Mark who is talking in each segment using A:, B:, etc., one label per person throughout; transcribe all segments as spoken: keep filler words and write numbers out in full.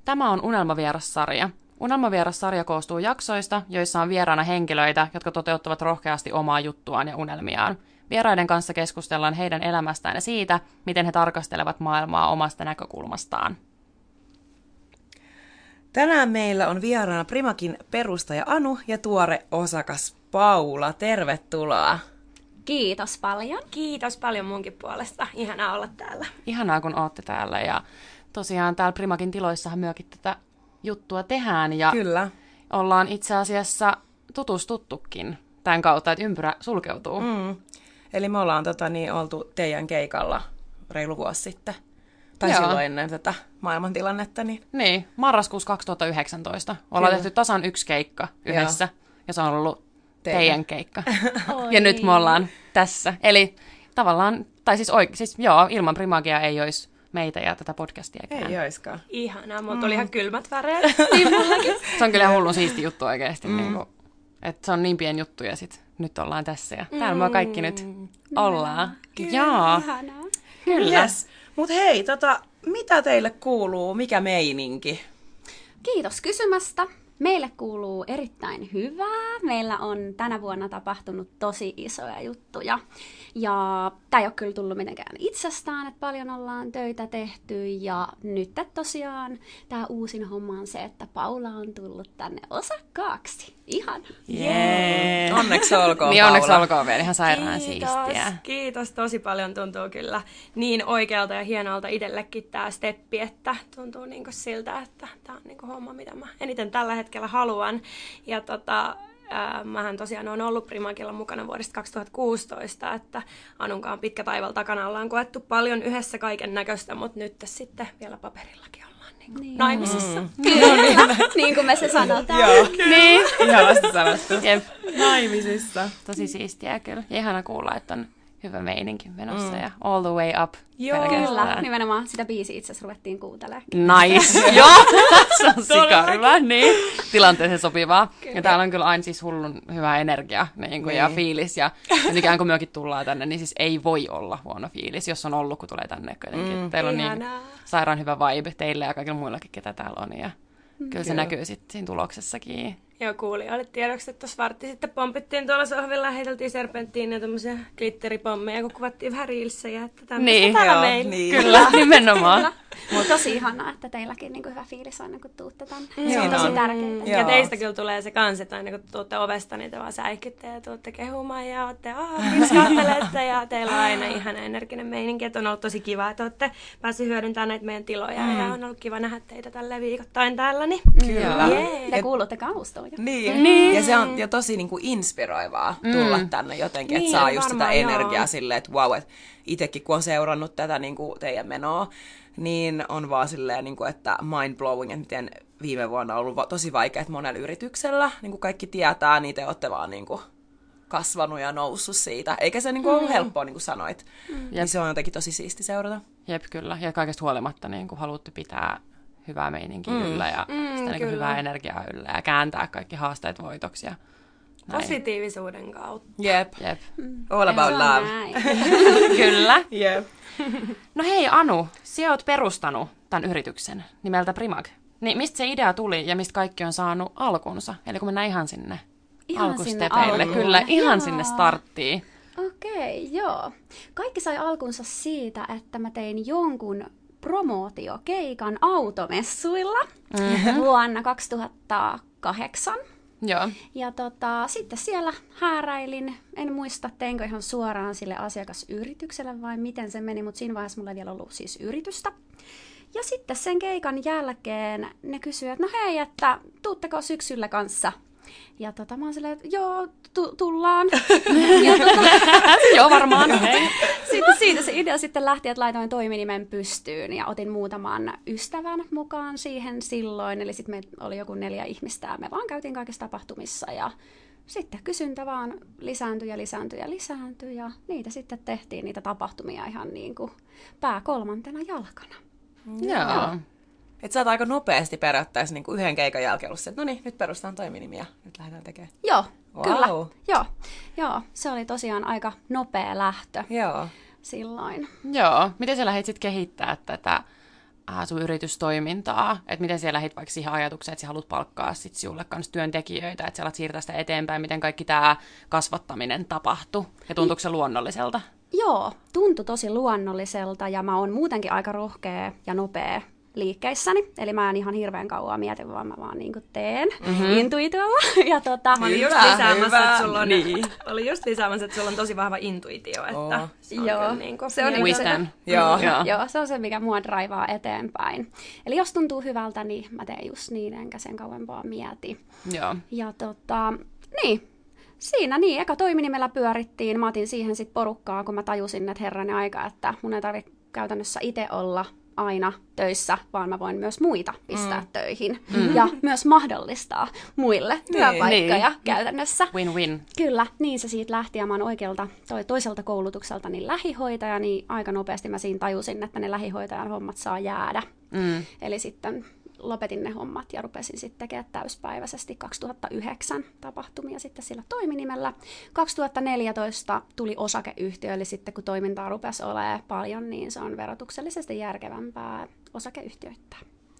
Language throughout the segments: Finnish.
A: Tämä on Unelmavieras-sarja. Unelmavieras-sarja koostuu jaksoista, joissa on vieraana henkilöitä, jotka toteuttavat rohkeasti omaa juttuaan ja unelmiaan. Vieraiden kanssa keskustellaan heidän elämästään ja siitä, miten he tarkastelevat maailmaa omasta näkökulmastaan.
B: Tänään meillä on vieraana Primakin perustaja Anu ja tuore osakas Paula. Tervetuloa.
C: Kiitos paljon.
D: Kiitos paljon munkin puolesta. Ihanaa olla täällä.
A: Ihanaa, kun ootte täällä. Ja tosiaan täällä Primakin tiloissahan myökin tätä juttua tehdään. Ja
B: Kyllä.
A: ollaan itse asiassa tutustuttukin tämän kautta, että ympyrä sulkeutuu.
B: Mm. Eli me ollaan tota, niin, oltu teidän keikalla reilu vuosi sitten. Tai
A: Joo.
B: silloin ennen tätä maailmantilannetta. Niin,
A: Niin, marraskuussa kaksituhattayhdeksäntoista. Ollaan
B: Kyllä.
A: tehty tasan yksi keikka yhdessä. Joo. Ja se on ollut
B: Teidän.
A: teidän keikka.
C: Oi.
A: Ja nyt me ollaan tässä. Eli tavallaan, tai siis, oike, siis joo, ilman Primagia ei olisi meitä ja tätä podcastiakään.
B: ei oiskaan.
D: Ihanaa. Mulla tuli ihan kylmät väreet.
C: Niin mullakin.
A: Se on kyllä hullun siisti juttu oikeasti.
B: Mm.
A: Niin kuin, että se on niin pieni juttu ja sit nyt ollaan tässä. Ja täällä me kaikki nyt ollaan. Joo,
C: Ihanaa.
A: kyllä.
B: Yes. Mut hei, tota, mitä teille kuuluu? Mikä meininki?
C: Kiitos kysymästä. Meille kuuluu erittäin hyvää. Meillä on tänä vuonna tapahtunut tosi isoja juttuja. Ja tämä ei ole kyllä tullut mitenkään itsestään, että paljon ollaan töitä tehty. Ja nyt tosiaan tämä uusin homma on se, että Paula on tullut tänne osakkaaksi. Ihana.
A: Jee.
B: Onneksi olkoon,
A: Niin onneksi
B: Paula.
A: olkoon vielä ihan sairaan
D: Kiitos.
A: siistiä.
D: Kiitos. Tosi paljon tuntuu kyllä niin oikealta ja hienolta itsellekin tämä steppi, että tuntuu niinku siltä, että tämä on niinku homma, mitä mä eniten tällä hetkellä haluan. Ja tota, ää, mähän tosiaan olen ollut Primakilla mukana vuodesta kaksituhattakuusitoista, että Anunkaan pitkä taival takana ollaan koettu paljon yhdessä kaiken näköistä, mutta nyt sitten vielä paperillakin ollaan niinku
C: Niin.
D: naimisissa.
C: Kyllä, niin kuin me se sanotaan.
B: Joo,
A: Niin.
B: ihanasti sanottu.
A: Jep.
B: Naimisissa.
A: Tosi siistiä kyllä. Ja ihana kuulla, että on hyvä meininki menossa mm. ja all the way up.
D: Joo.
A: pelkästään.
C: Kyllä, nimenomaan sitä biisiä itse asiassa ruvettiin kuuntelemaan.
A: Nice. Joo, se on sika hyvä. Niin. Tilanteeseen sopivaa. Kyllä. Ja täällä on kyllä aina siis hullun hyvä energia niin kuin, ja
B: Niin.
A: fiilis. Ja, ja nykyään kun myökin tullaan tänne, niin siis ei voi olla huono fiilis, jos on ollut, kun tulee tänne kuitenkin. Mm. Teillä on niin
D: Ihanaa.
A: sairaan hyvä vibe teille ja kaikilla muillakin, ketä täällä on. Ja kyllä, kyllä se
B: Kyllä.
A: näkyy sitten siinä tuloksessakin.
D: Joo, kuulijoille tiedoksi, että tuossa vartti sitten pompittiin tuolla sohvilla, heiteltiin serpenttiinia ja tämmöisiä glitteripommeja, kun kuvattiin vähän reelsejä, että tämmöistä
A: Niin.
D: täällä
B: Joo,
D: meillä.
B: niin.
A: Kyllä, nimenomaan.
C: Kyllä. Mutta tosi ihanaa, että teilläkin niinku hyvä fiilis aina, kun tuutte tänne. Se
B: Joo.
C: on tosi
B: On.
C: tärkeää.
D: Ja
B: Joo.
D: teistä kyllä tulee se kans, että aina kun tuutte ovesta, niin te vaan säikytte ja tuutte kehumaan ja ootte aah, pirskattelette ja teillä on aina ihana energinen meininki. Että on ollut tosi kiva, että olette päässeet hyödyntämään näitä meidän tiloja mm. ja on ollut kiva nähdä teitä tälleen viikoittain täällä. Niin.
B: Kyllä.
D: Jee.
C: Te kuulutte kaustoon.
B: Niin.
A: Niin.
B: Ja se on jo tosi niin kuin inspiroivaa tulla
A: Mm.
B: tänne jotenkin, että
D: Niin,
B: saa just sitä
D: varmaan,
B: energiaa
D: joo.
B: silleen, että wow, että itsekin kun on seurannut tätä niin kuin teidän menoa, niin on vaan silleen, niin kuin, että mind blowing, että miten viime vuonna on ollut va- tosi vaikeat monella yrityksellä, niin kuin kaikki tietää, niin te olette vaan niin kuin kasvanut ja noussut siitä, eikä se niin kuin ollut helppoa, niin kuin sanoit. Mm. Niin se on jotenkin tosi siisti seurata.
A: Jep, kyllä. Ja kaikesta huolimatta niin kun haluttu pitää hyvää meininkiä mm. yllä ja
D: Mm,
A: sitä niin kuin
D: kyllä.
A: hyvää energiaa yllä ja kääntää kaikki haasteet voitoksi. Ja näin.
D: Positiivisuuden kautta.
B: Jep.
A: Jep.
B: All about
C: Se on
B: love.
C: näin.
A: Kyllä.
B: Jep.
A: No hei Anu, sinä olet perustanut tämän yrityksen nimeltä Primag. Niin mistä se idea tuli ja mistä kaikki on saanut alkunsa? Eli kun mennään ihan sinne
C: Ihan
A: alkustepeille.
C: sinne alkuun.
A: Kyllä, ihan
C: Joo.
A: sinne starttiin.
C: Okei, joo. Kaikki sai alkunsa siitä, että mä tein jonkun promootiokeikan automessuilla mm-hmm. vuonna kaksituhattakahdeksan.
A: Joo.
C: Ja tota, sitten siellä hääräilin, en muista teinkö ihan suoraan sille asiakasyritykselle vai miten se meni, mutta siinä vaiheessa mulla ei vielä ollut siis yritystä. Ja sitten sen keikan jälkeen ne kysyivät, että no hei, että tuutteko syksyllä kanssa? Ja tota, mä oon silleen, että joo, tu- tullaan. ja tota,
A: Joo, varmaan. Hei.
C: sitten siitä se idea sitten lähti, että laitoin toiminimen pystyyn ja otin muutaman ystävän mukaan siihen silloin. Eli sitten me oli joku neljä ihmistä ja me vaan käytiin kaikissa tapahtumissa ja sitten kysyntä vaan lisääntyi ja lisääntyi ja lisääntyi ja niitä sitten tehtiin niitä tapahtumia ihan niin kuin pää kolmantena jalkana.
A: Joo.
B: Että sä oot aika nopeasti periaatteessa niin kuin yhden keikan jälkeen ollut se, että no niin, nyt perustetaan toiminimi ja nyt lähdetään tekemään.
C: Joo,
B: Wow.
C: kyllä. Joo, joo, se oli tosiaan aika nopea lähtö
B: Joo.
C: silloin.
A: Joo. Miten sä lähdit sitten kehittämään tätä äh, sun yritystoimintaa, että miten siellä lähit vaikka siihen ajatukseen, että sä haluat palkkaa sit sinulle kanssa työntekijöitä, että sä alat siirtää sitä eteenpäin, miten kaikki tämä kasvattaminen tapahtui, ja tuntuuko se luonnolliselta?
C: Joo, tuntui tosi luonnolliselta ja mä oon muutenkin aika rohkea ja nopea liikkeissäni. Eli mä en ihan hirveän kauan mieti, vaan mä vaan niinku teen mm-hmm. intuitiolla. Ja tota,
D: mä olin just lisäämässä, että sulla on, niin. oli just lisäämässä, että sulla on tosi vahva intuitio. Että
C: oh.
D: se on
C: Joo,
D: niinku,
C: se on
A: niin
C: niinku se,
A: Joo.
C: Joo, se on se, mikä mua draivaa eteenpäin. Eli jos tuntuu hyvältä, niin mä teen just niin, enkä sen kauempaa mieti.
A: Joo.
C: Ja tota, niin. Siinä niin, eka toiminimellä pyörittiin. Mä otin siihen sit porukkaa, kun mä tajusin, että herranen aika, että mun ei tarvitse käytännössä itse olla aina töissä, vaan mä voin myös muita pistää mm. töihin. Mm. Ja myös mahdollistaa muille niin. työpaikkoja niin. käytännössä.
A: Win-win.
C: Kyllä, niin se siitä lähti. Ja mä oon oikealta, toi, toiselta koulutukselta niin lähihoitaja, niin aika nopeasti mä siinä tajusin, että ne lähihoitajan hommat saa jäädä. Mm. Eli sitten lopetin ne hommat ja rupesin sitten tekemään täyspäiväisesti kaksituhattayhdeksän tapahtumia sitten sillä toiminimellä. kaksituhattaneljätoista tuli osakeyhtiö, eli sitten kun toimintaa rupesi olemaan paljon, niin se on verotuksellisesti järkevämpää osakeyhtiöittää.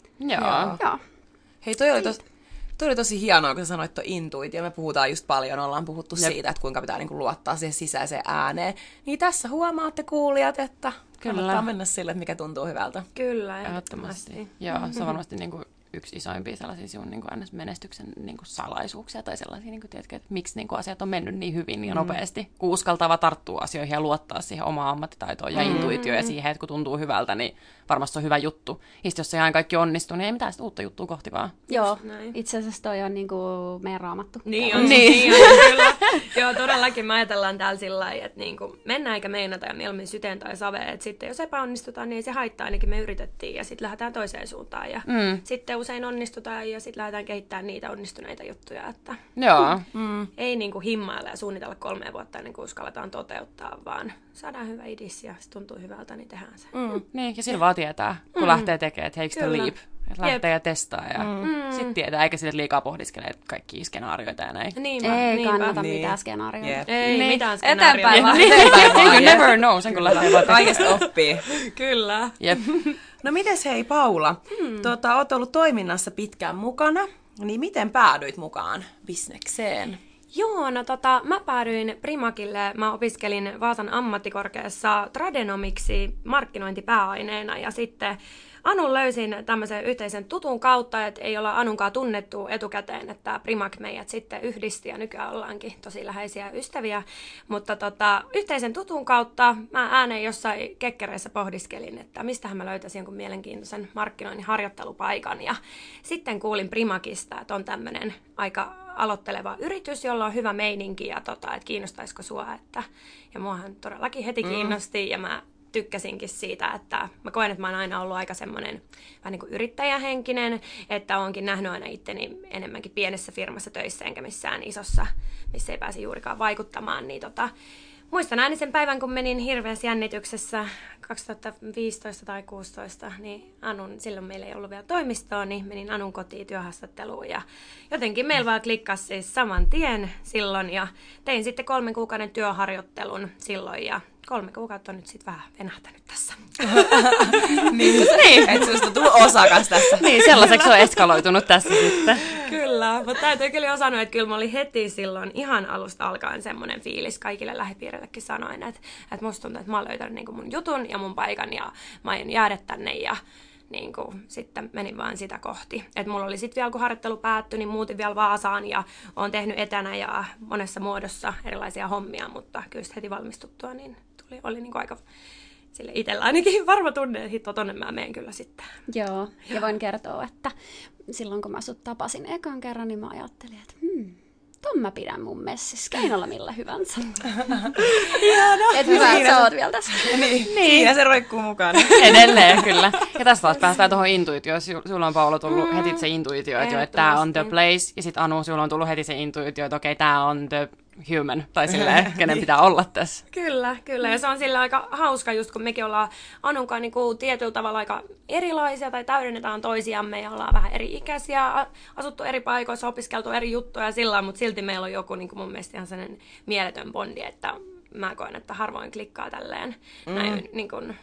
A: Joo.
C: Joo.
B: Hei, toi oli, tos, toi oli tosi hienoa, kun sä sanoit tuo intuitio. Me puhutaan just paljon, ollaan puhuttu Jep. siitä, että kuinka pitää niinku luottaa siihen sisäiseen ääneen. Niin tässä huomaatte kuulijat, että
A: Kyllä.
B: kannattaa mennä sille, että mikä tuntuu hyvältä.
D: Kyllä, ehdottomasti.
A: Joo, se on varmasti niinku yksi isoimpia sellaisia sinun niin kuin menestyksen niin kuin salaisuuksia tai sellaisia, niin kuin, tiedätkö, että miksi niin kuin asiat on mennyt niin hyvin ja nopeasti. Kun uskaltaa tarttua asioihin ja luottaa siihen omaan ammattitaitoon ja mm. intuitioon ja siihen, että kun tuntuu hyvältä, niin varmasti se on hyvä juttu. Ja sitten jos se ihan kaikki onnistuu, niin ei mitään sitä uutta juttua kohti vaan.
C: Joo, itse asiassa toi on niin kuin meidän raamattu.
D: Niin on, niin. niin on kyllä. Joo, todellakin me ajatellaan täällä sillä lailla, että niin kuin mennään eikä meinata ja mieluummin syteen tai saveen. Että sitten jos epäonnistutaan, niin se haittaa, ainakin me yritettiin ja sitten lähdetään toiseen suuntaan. Ja mm. sitten usein onnistutaan ja sitten lähdetään kehittämään niitä onnistuneita juttuja. Että
A: Joo. Mm.
D: Ei niin kuin himmailla ja suunnitella kolmea vuotta ennen kuin uskalletaan toteuttaa, vaan saadaan hyvä idis ja se tuntuu hyvältä, niin tehdään se.
A: Mm. Niin, ja sillä vaan tietää, kun mm. lähtee tekemään, että takes the leap. Että lähtee Jep. ja testaa ja mm. sitten tietää, eikä sitten liikaa pohdiskele kaikkia skenaarioita ja näin.
C: Niinpä, ei niinpä. kannata niin. mitään skenaarioita.
D: Yep. Ei niin. mitään
C: skenaarioita. Eteenpäin vaan.
A: Eteenpäin vaan. You never know, sen kun lähtee vaan
B: kaikesta oppii.
D: Kyllä.
A: Jep.
B: No mites hei Paula, hmm. tota, oot ollut toiminnassa pitkään mukana, niin miten päädyit mukaan bisnekseen?
D: Joo, no tota, mä päädyin Primakille, mä opiskelin Vaasan ammattikorkeassa tradenomiksi markkinointipääaineena ja sitten Anun löysin tämmöisen yhteisen tutun kautta, että ei olla Anunkaan tunnettu etukäteen, että Primak meidät sitten yhdisti ja nykyään ollaankin tosi läheisiä ystäviä. Mutta tota, yhteisen tutun kautta mä ääneen jossain kekkereissä pohdiskelin, että mistähän mä löytäisin jonkun mielenkiintoisen markkinoinnin harjoittelupaikan. Ja sitten kuulin Primakista, että on tämmöinen aika aloitteleva yritys, jolla on hyvä meininki ja tota, että kiinnostaisiko sua. Että, ja muahan todellakin heti kiinnosti mm. ja mä tykkäsinkin siitä, että mä koen, että mä oon aina ollut aika semmoinen vähän niin kuin yrittäjähenkinen, että oonkin nähnyt aina itteni enemmänkin pienessä firmassa töissä, enkä missään isossa, missä ei pääse juurikaan vaikuttamaan. Niin tota, muistan aina sen päivän, kun menin hirveässä jännityksessä kaksituhattaviisitoista tai kuusitoista, niin Anun, silloin meillä ei ollut vielä toimistoa, niin menin Anun kotiin työhaastatteluun ja jotenkin meillä vaan klikkasi siis saman tien silloin ja tein sitten kolmen kuukauden työharjoittelun silloin ja kolme kuukautta on nyt sitten vähän venähtänyt tässä.
B: niin, niin. Että sinusta on tullut osakas tässä.
A: Niin, sellaiseksi on eskaloitunut tässä sitten.
D: Kyllä, mutta täytyy kyllä jo sanoa, että kyllä mä olin heti silloin ihan alusta alkaen semmoinen fiilis kaikille lähipiirillekin sanoin, että, että musta tuntuu, että mä oon löytänyt niin kuin mun jutun ja mun paikan ja mä aion jäädä tänne ja niin kuin, sitten menin vaan sitä kohti. Et mulla oli sitten vielä, kun harjoittelu päättyi, niin muutin vielä Vaasaan ja oon tehnyt etänä ja monessa muodossa erilaisia hommia, mutta kyllä heti valmistuttua, niin tuli, oli niin kuin aika sille itsellä ainakin varma tunne, että hitto, tonne mä menen kyllä sitten.
C: Joo, ja voin kertoa, että silloin kun mä sut tapasin ekan kerran, niin mä ajattelin, että hmm, ton mä pidän mun messissä, keinolla millä hyvänsä.
B: Ihana.
C: Et hyvä, että sä oot vielä tässä.
B: Niin, niin. Siinä se roikkuu mukana.
A: Edelleen, kyllä. Ja tästä taas päästään tuohon intuitioon. Sulla on, Paula, tullut mm. heti se intuitio, että, että tää on the place. Ja sit Anu, sulla on tullut heti se intuitio, että okei, okay, tää on the human. Tai silleen, kenen pitää olla tässä.
D: Kyllä, kyllä. Ja se on sillä aika hauska, just kun mekin ollaan Anunkaan niin kuin tietyllä tavalla aika erilaisia tai täydennetään toisiamme ja ollaan vähän eri ikäisiä, asuttu eri paikoissa, opiskeltu eri juttuja sillä, mutta silti meillä on joku niin kuin mun mielestä ihan sellainen mieletön bondi, että mä koen, että harvoin klikkaa tälleen mm. näin niin kuin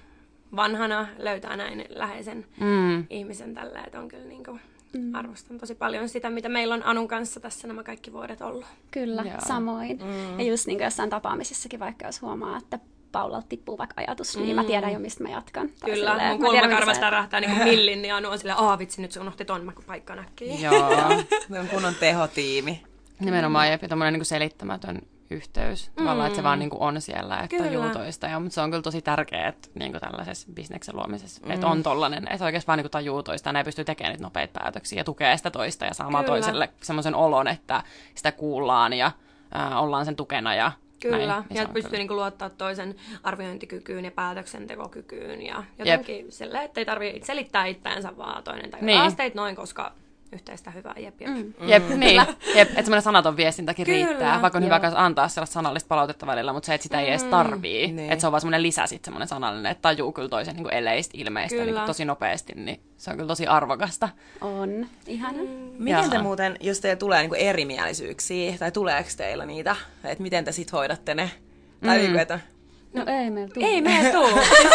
D: vanhana löytää näin läheisen
A: Mm.
D: ihmisen tällä, että on kyllä niin kuin, mm. arvostan tosi paljon sitä, mitä meillä on Anun kanssa tässä nämä kaikki vuodet ollut.
C: Kyllä,
A: Joo.
C: samoin. Mm. Ja just niin kuin jossain tapaamisissakin, vaikka jos huomaa, että Paulalta tippuu vaikka ajatus, mm. niin mä tiedän jo, mistä mä jatkan. Tai
D: Kyllä,
C: silleen,
D: mun
C: mä tiedän,
D: kulmakarvasta
C: mitä sä-
D: rähtää niin kuin millin, niin Anu on silleen, aah vitsi, nyt se unohti ton mä paikkaan äkkiä.
A: Joo.
B: Se on kunnon tehotiimi.
A: Nimenomaan, ja tommoinen niin selittämätön yhteys. Tavallaan, että se vaan niin kuin on siellä, että
D: Kyllä.
A: tajuu toista. Ja, mutta se on kyllä tosi tärkeää, että niin kuin tällaisessa bisneksen luomisessa, mm. että on tollainen, että oikeasti vaan niin kuin tajuu toista ja ne pystyy tekemään niitä nopeita päätöksiä ja tukee sitä toista ja saamaan
D: Kyllä.
A: toiselle semmoisen olon, että sitä kuullaan ja äh, ollaan sen tukena ja
D: Kyllä,
A: näin.
D: ja,
A: se
D: ja
A: on
D: pystyy
A: kyllä-
D: niinku luottaa toisen arviointikykyyn ja päätöksentekokykyyn ja jotenkin silleen, että ei tarvitse selittää itseänsä vaan toinen tai
A: Niin.
D: aasteit noin, koska yhteistä hyvää, jep, jep. Mm.
A: Jep, niin. Jep, että semmoinen sanaton viestintäkin
D: Kyllä,
A: riittää, vaikka on
C: joo.
A: hyvä kanssa antaa sellaista sanallista palautetta välillä, mutta se, että sitä ei edes tarvii,
B: Niin.
A: että se on vaan semmoinen lisä sitten semmoinen sanallinen, että tajuu kyllä toisen niin kuin eleistä ilmeistä niin
D: Kyllä.
A: kuin tosi nopeasti, niin se on kyllä tosi arvokasta.
C: On. Ihana. Mm.
B: Miten te
A: Jaa.
B: muuten, jos teillä tulee niinku erimielisyyksiä, tai tuleeko teillä niitä, että miten te sit hoidatte ne? Tai
A: Mm.
B: niinku, että...
C: No ei meillä tule.
D: Ei meillä tuu.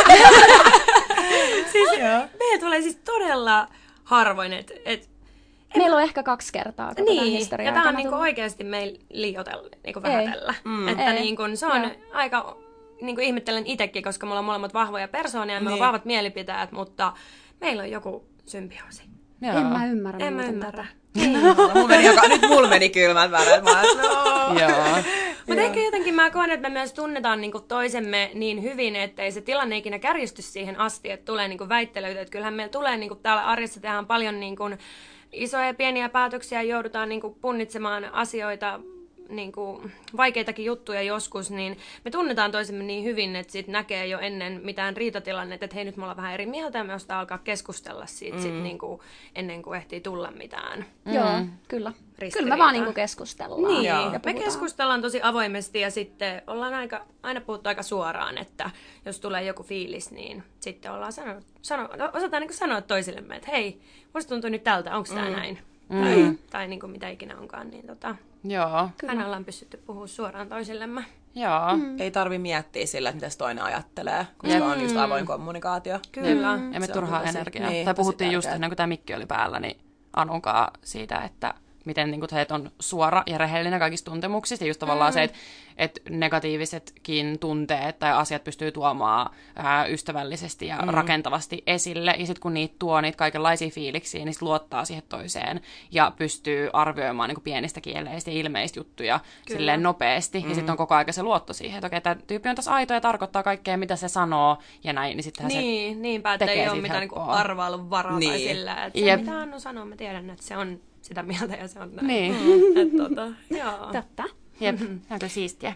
D: siis meillä tulee siis todella harvoin, että et,
C: Meillä on ehkä kaksi kertaa koko tämän
D: niin,
C: historian
D: ja tämä on
C: aikana
D: niinku
C: tullut.
D: oikeasti meillä liioitella, niinku vähätellä.
B: Mm.
D: Että
C: Ei.
D: niinku, se on
C: Joo.
D: aika, niinku ihmettelen itsekin, koska me ollaan molemmat vahvoja persoonia ja meillä on
B: Niin.
D: vahvat mielipiteet, mutta meillä on joku symbioosi.
A: Joo.
C: En mä ymmärrä
D: En mä
C: muuten
D: ymmärrä.
C: tätä.
B: Mulla meni joka, nyt mulla meni kylmät väreet. Mä oon, no.
A: Joo.
D: Mutta ehkä jotenkin mä koen, että me myös tunnetaan niinku toisemme niin hyvin, ettei se tilanne ikinä kärjisty siihen asti, että tulee niinku väittelyitä. Että kyllähän meillä tulee niinku täällä arjessa tehdään paljon niinku isoja ja pieniä päätöksiä, joudutaan niinku punnitsemaan asioita, niinku vaikeitakin juttuja joskus, niin me tunnetaan toisemme niin hyvin, että sit näkee jo ennen mitään riitatilannetta, että hei nyt me ollaan vähän eri mieltä ja me ostaa alkaa keskustella siitä mm. sit niinku, ennen kuin ehtii tulla mitään.
C: Joo, kyllä.
D: Ristiriitaa.
C: Kyllä me vaan niinku keskustellaan.
D: Niin,
C: ja
D: me
C: puhutaan.
D: keskustellaan tosi avoimesti ja sitten ollaan aika, aina puhuttu aika suoraan, että jos tulee joku fiilis, niin sitten ollaan sanonut, sano, osataan niin sanoa toisillemme, että hei, musta tuntuu nyt tältä, onko tämä mm. näin?
A: Mm.
D: Tai, tai niin kuin mitä ikinä onkaan, niin tota,
A: Joo.
D: aina ollaan pystytty puhumaan suoraan toisillemme.
A: Joo.
B: Mm. Ei tarvi miettiä sillä, että mitä toinen ajattelee, koska on just avoin kommunikaatio.
D: Kyllä.
A: Mm. Emme
B: Se on
A: turhaa
B: tosi-
A: energiaa.
B: niin,
A: tai
B: tosi
A: puhuttiin just
B: tärkeää.
A: ennen kuin tämä mikki oli päällä, niin Anunkaan siitä, että miten niin se, että on suora ja rehellinen kaikista tuntemuksista. Ja just tavallaan mm. se, että, että negatiivisetkin tunteet tai asiat pystyy tuomaan ää, ystävällisesti ja mm. rakentavasti esille. Ja sitten kun niitä tuo niitä kaikenlaisia fiiliksiä, niin sit luottaa siihen toiseen ja pystyy arvioimaan niin pienistäkin eleistä ja ilmeistä juttuja silleen nopeasti. Mm. Ja sitten on koko aika se luotto siihen, että okei, tämä tyyppi on tässä aito ja tarkoittaa kaikkea, mitä se sanoo ja näin. Niin sittenhän
D: Niin, niinpä, että
A: tekee
D: ei ole
A: siitä
D: mitään niinku
A: helppoa.
D: arvailun varaa niin. tai
B: Niin.
D: sillä, että
A: Jep.
D: se mitä Annu sanoo, mä tiedän, että se on sitä mieltä ja se on näin.
A: Niin.
D: Et, tota, joo.
C: Totta.
A: Jep, mm-hmm. on kyllä siistiä.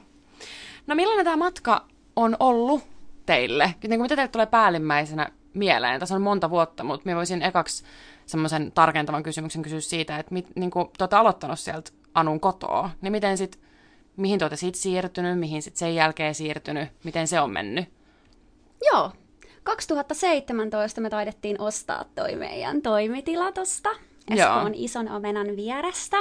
A: No millainen tämä matka on ollut teille? Niin kuin mitä teille tulee päällimmäisenä mieleen? Tässä on monta vuotta, mutta minä voisin ekaksi semmoisen tarkentavan kysymyksen kysyä siitä, että mit, niin kuin te olette aloittanut sieltä Anun kotoa, niin miten sit, mihin te olette siitä siirtynyt, mihin sit sen jälkeen siirtynyt, miten se on mennyt?
C: Joo. kaksituhattaseitsemäntoista me taidettiin ostaa toi meidän toimitila tosta Espoon ison omenan vierestä.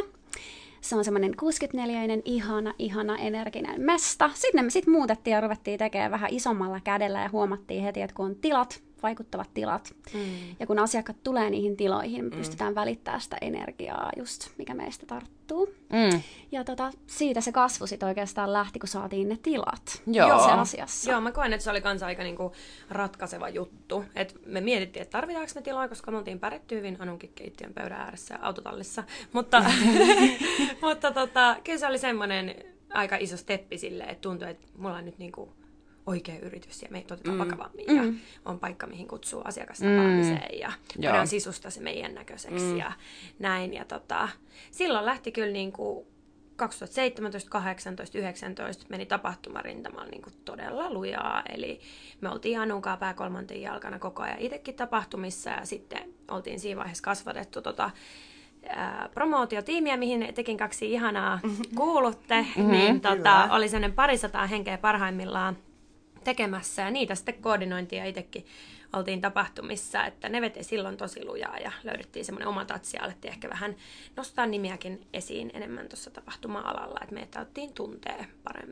C: Se on semmoinen kuusikymmentäneljäinen ihana, ihana, energinen mesta. Sitten me sitten muutettiin ja ruvettiin tekemään vähän isommalla kädellä ja huomattiin heti, että kun on tilat, vaikuttavat tilat, mm. ja kun asiakkaat tulee niihin tiloihin, me mm. pystytään välittämään sitä energiaa just, mikä meistä tarttuu.
A: Mm.
C: Ja tota, siitä se kasvu sitten oikeastaan lähti, kun saatiin ne tilat.
A: Joo.
C: Itse asiassa.
D: Joo, mä koen, että se oli kans aika niinku ratkaiseva juttu. Et me mietittiin, että tarvitaanko me tilaa, koska me oltiin pärjätty hyvin Anunkin keittiön pöydän ääressä autotallissa. Mutta, mutta tota, kyllä se oli semmoinen aika iso steppi silleen, että tuntui, että mulla on nyt niinku oikea yritys ja meitä otetaan mm. vakavammin ja mm. on paikka, mihin kutsuu asiakastapaamiseen mm. ja voidaan sisustaa se meidän näköiseksi mm. ja näin. Ja tota, silloin lähti kyllä niinku kaksituhattaseitsemäntoista, kahdeksantoista, yhdeksäntoista meni tapahtumarintamalla niinku todella lujaa. Eli me oltiin Anunkaan pää kolmanten jalkana koko ajan itsekin tapahtumissa ja sitten oltiin siinä vaiheessa kasvatettu tota, ää, promootiotiimiä, mihin tekin kaksi ihanaa kuulutte. Mm-hmm, niin tota, oli sellainen parisataa henkeä parhaimmillaan tekemässä ja niitä sitten koordinointia itsekin oltiin tapahtumissa, että ne veti silloin tosi lujaa ja löydettiin semmoinen oma tatsi ja alettiin ehkä vähän nostaa nimiäkin esiin enemmän tuossa tapahtuma-alalla, että meitä ottiin tuntee paremmin.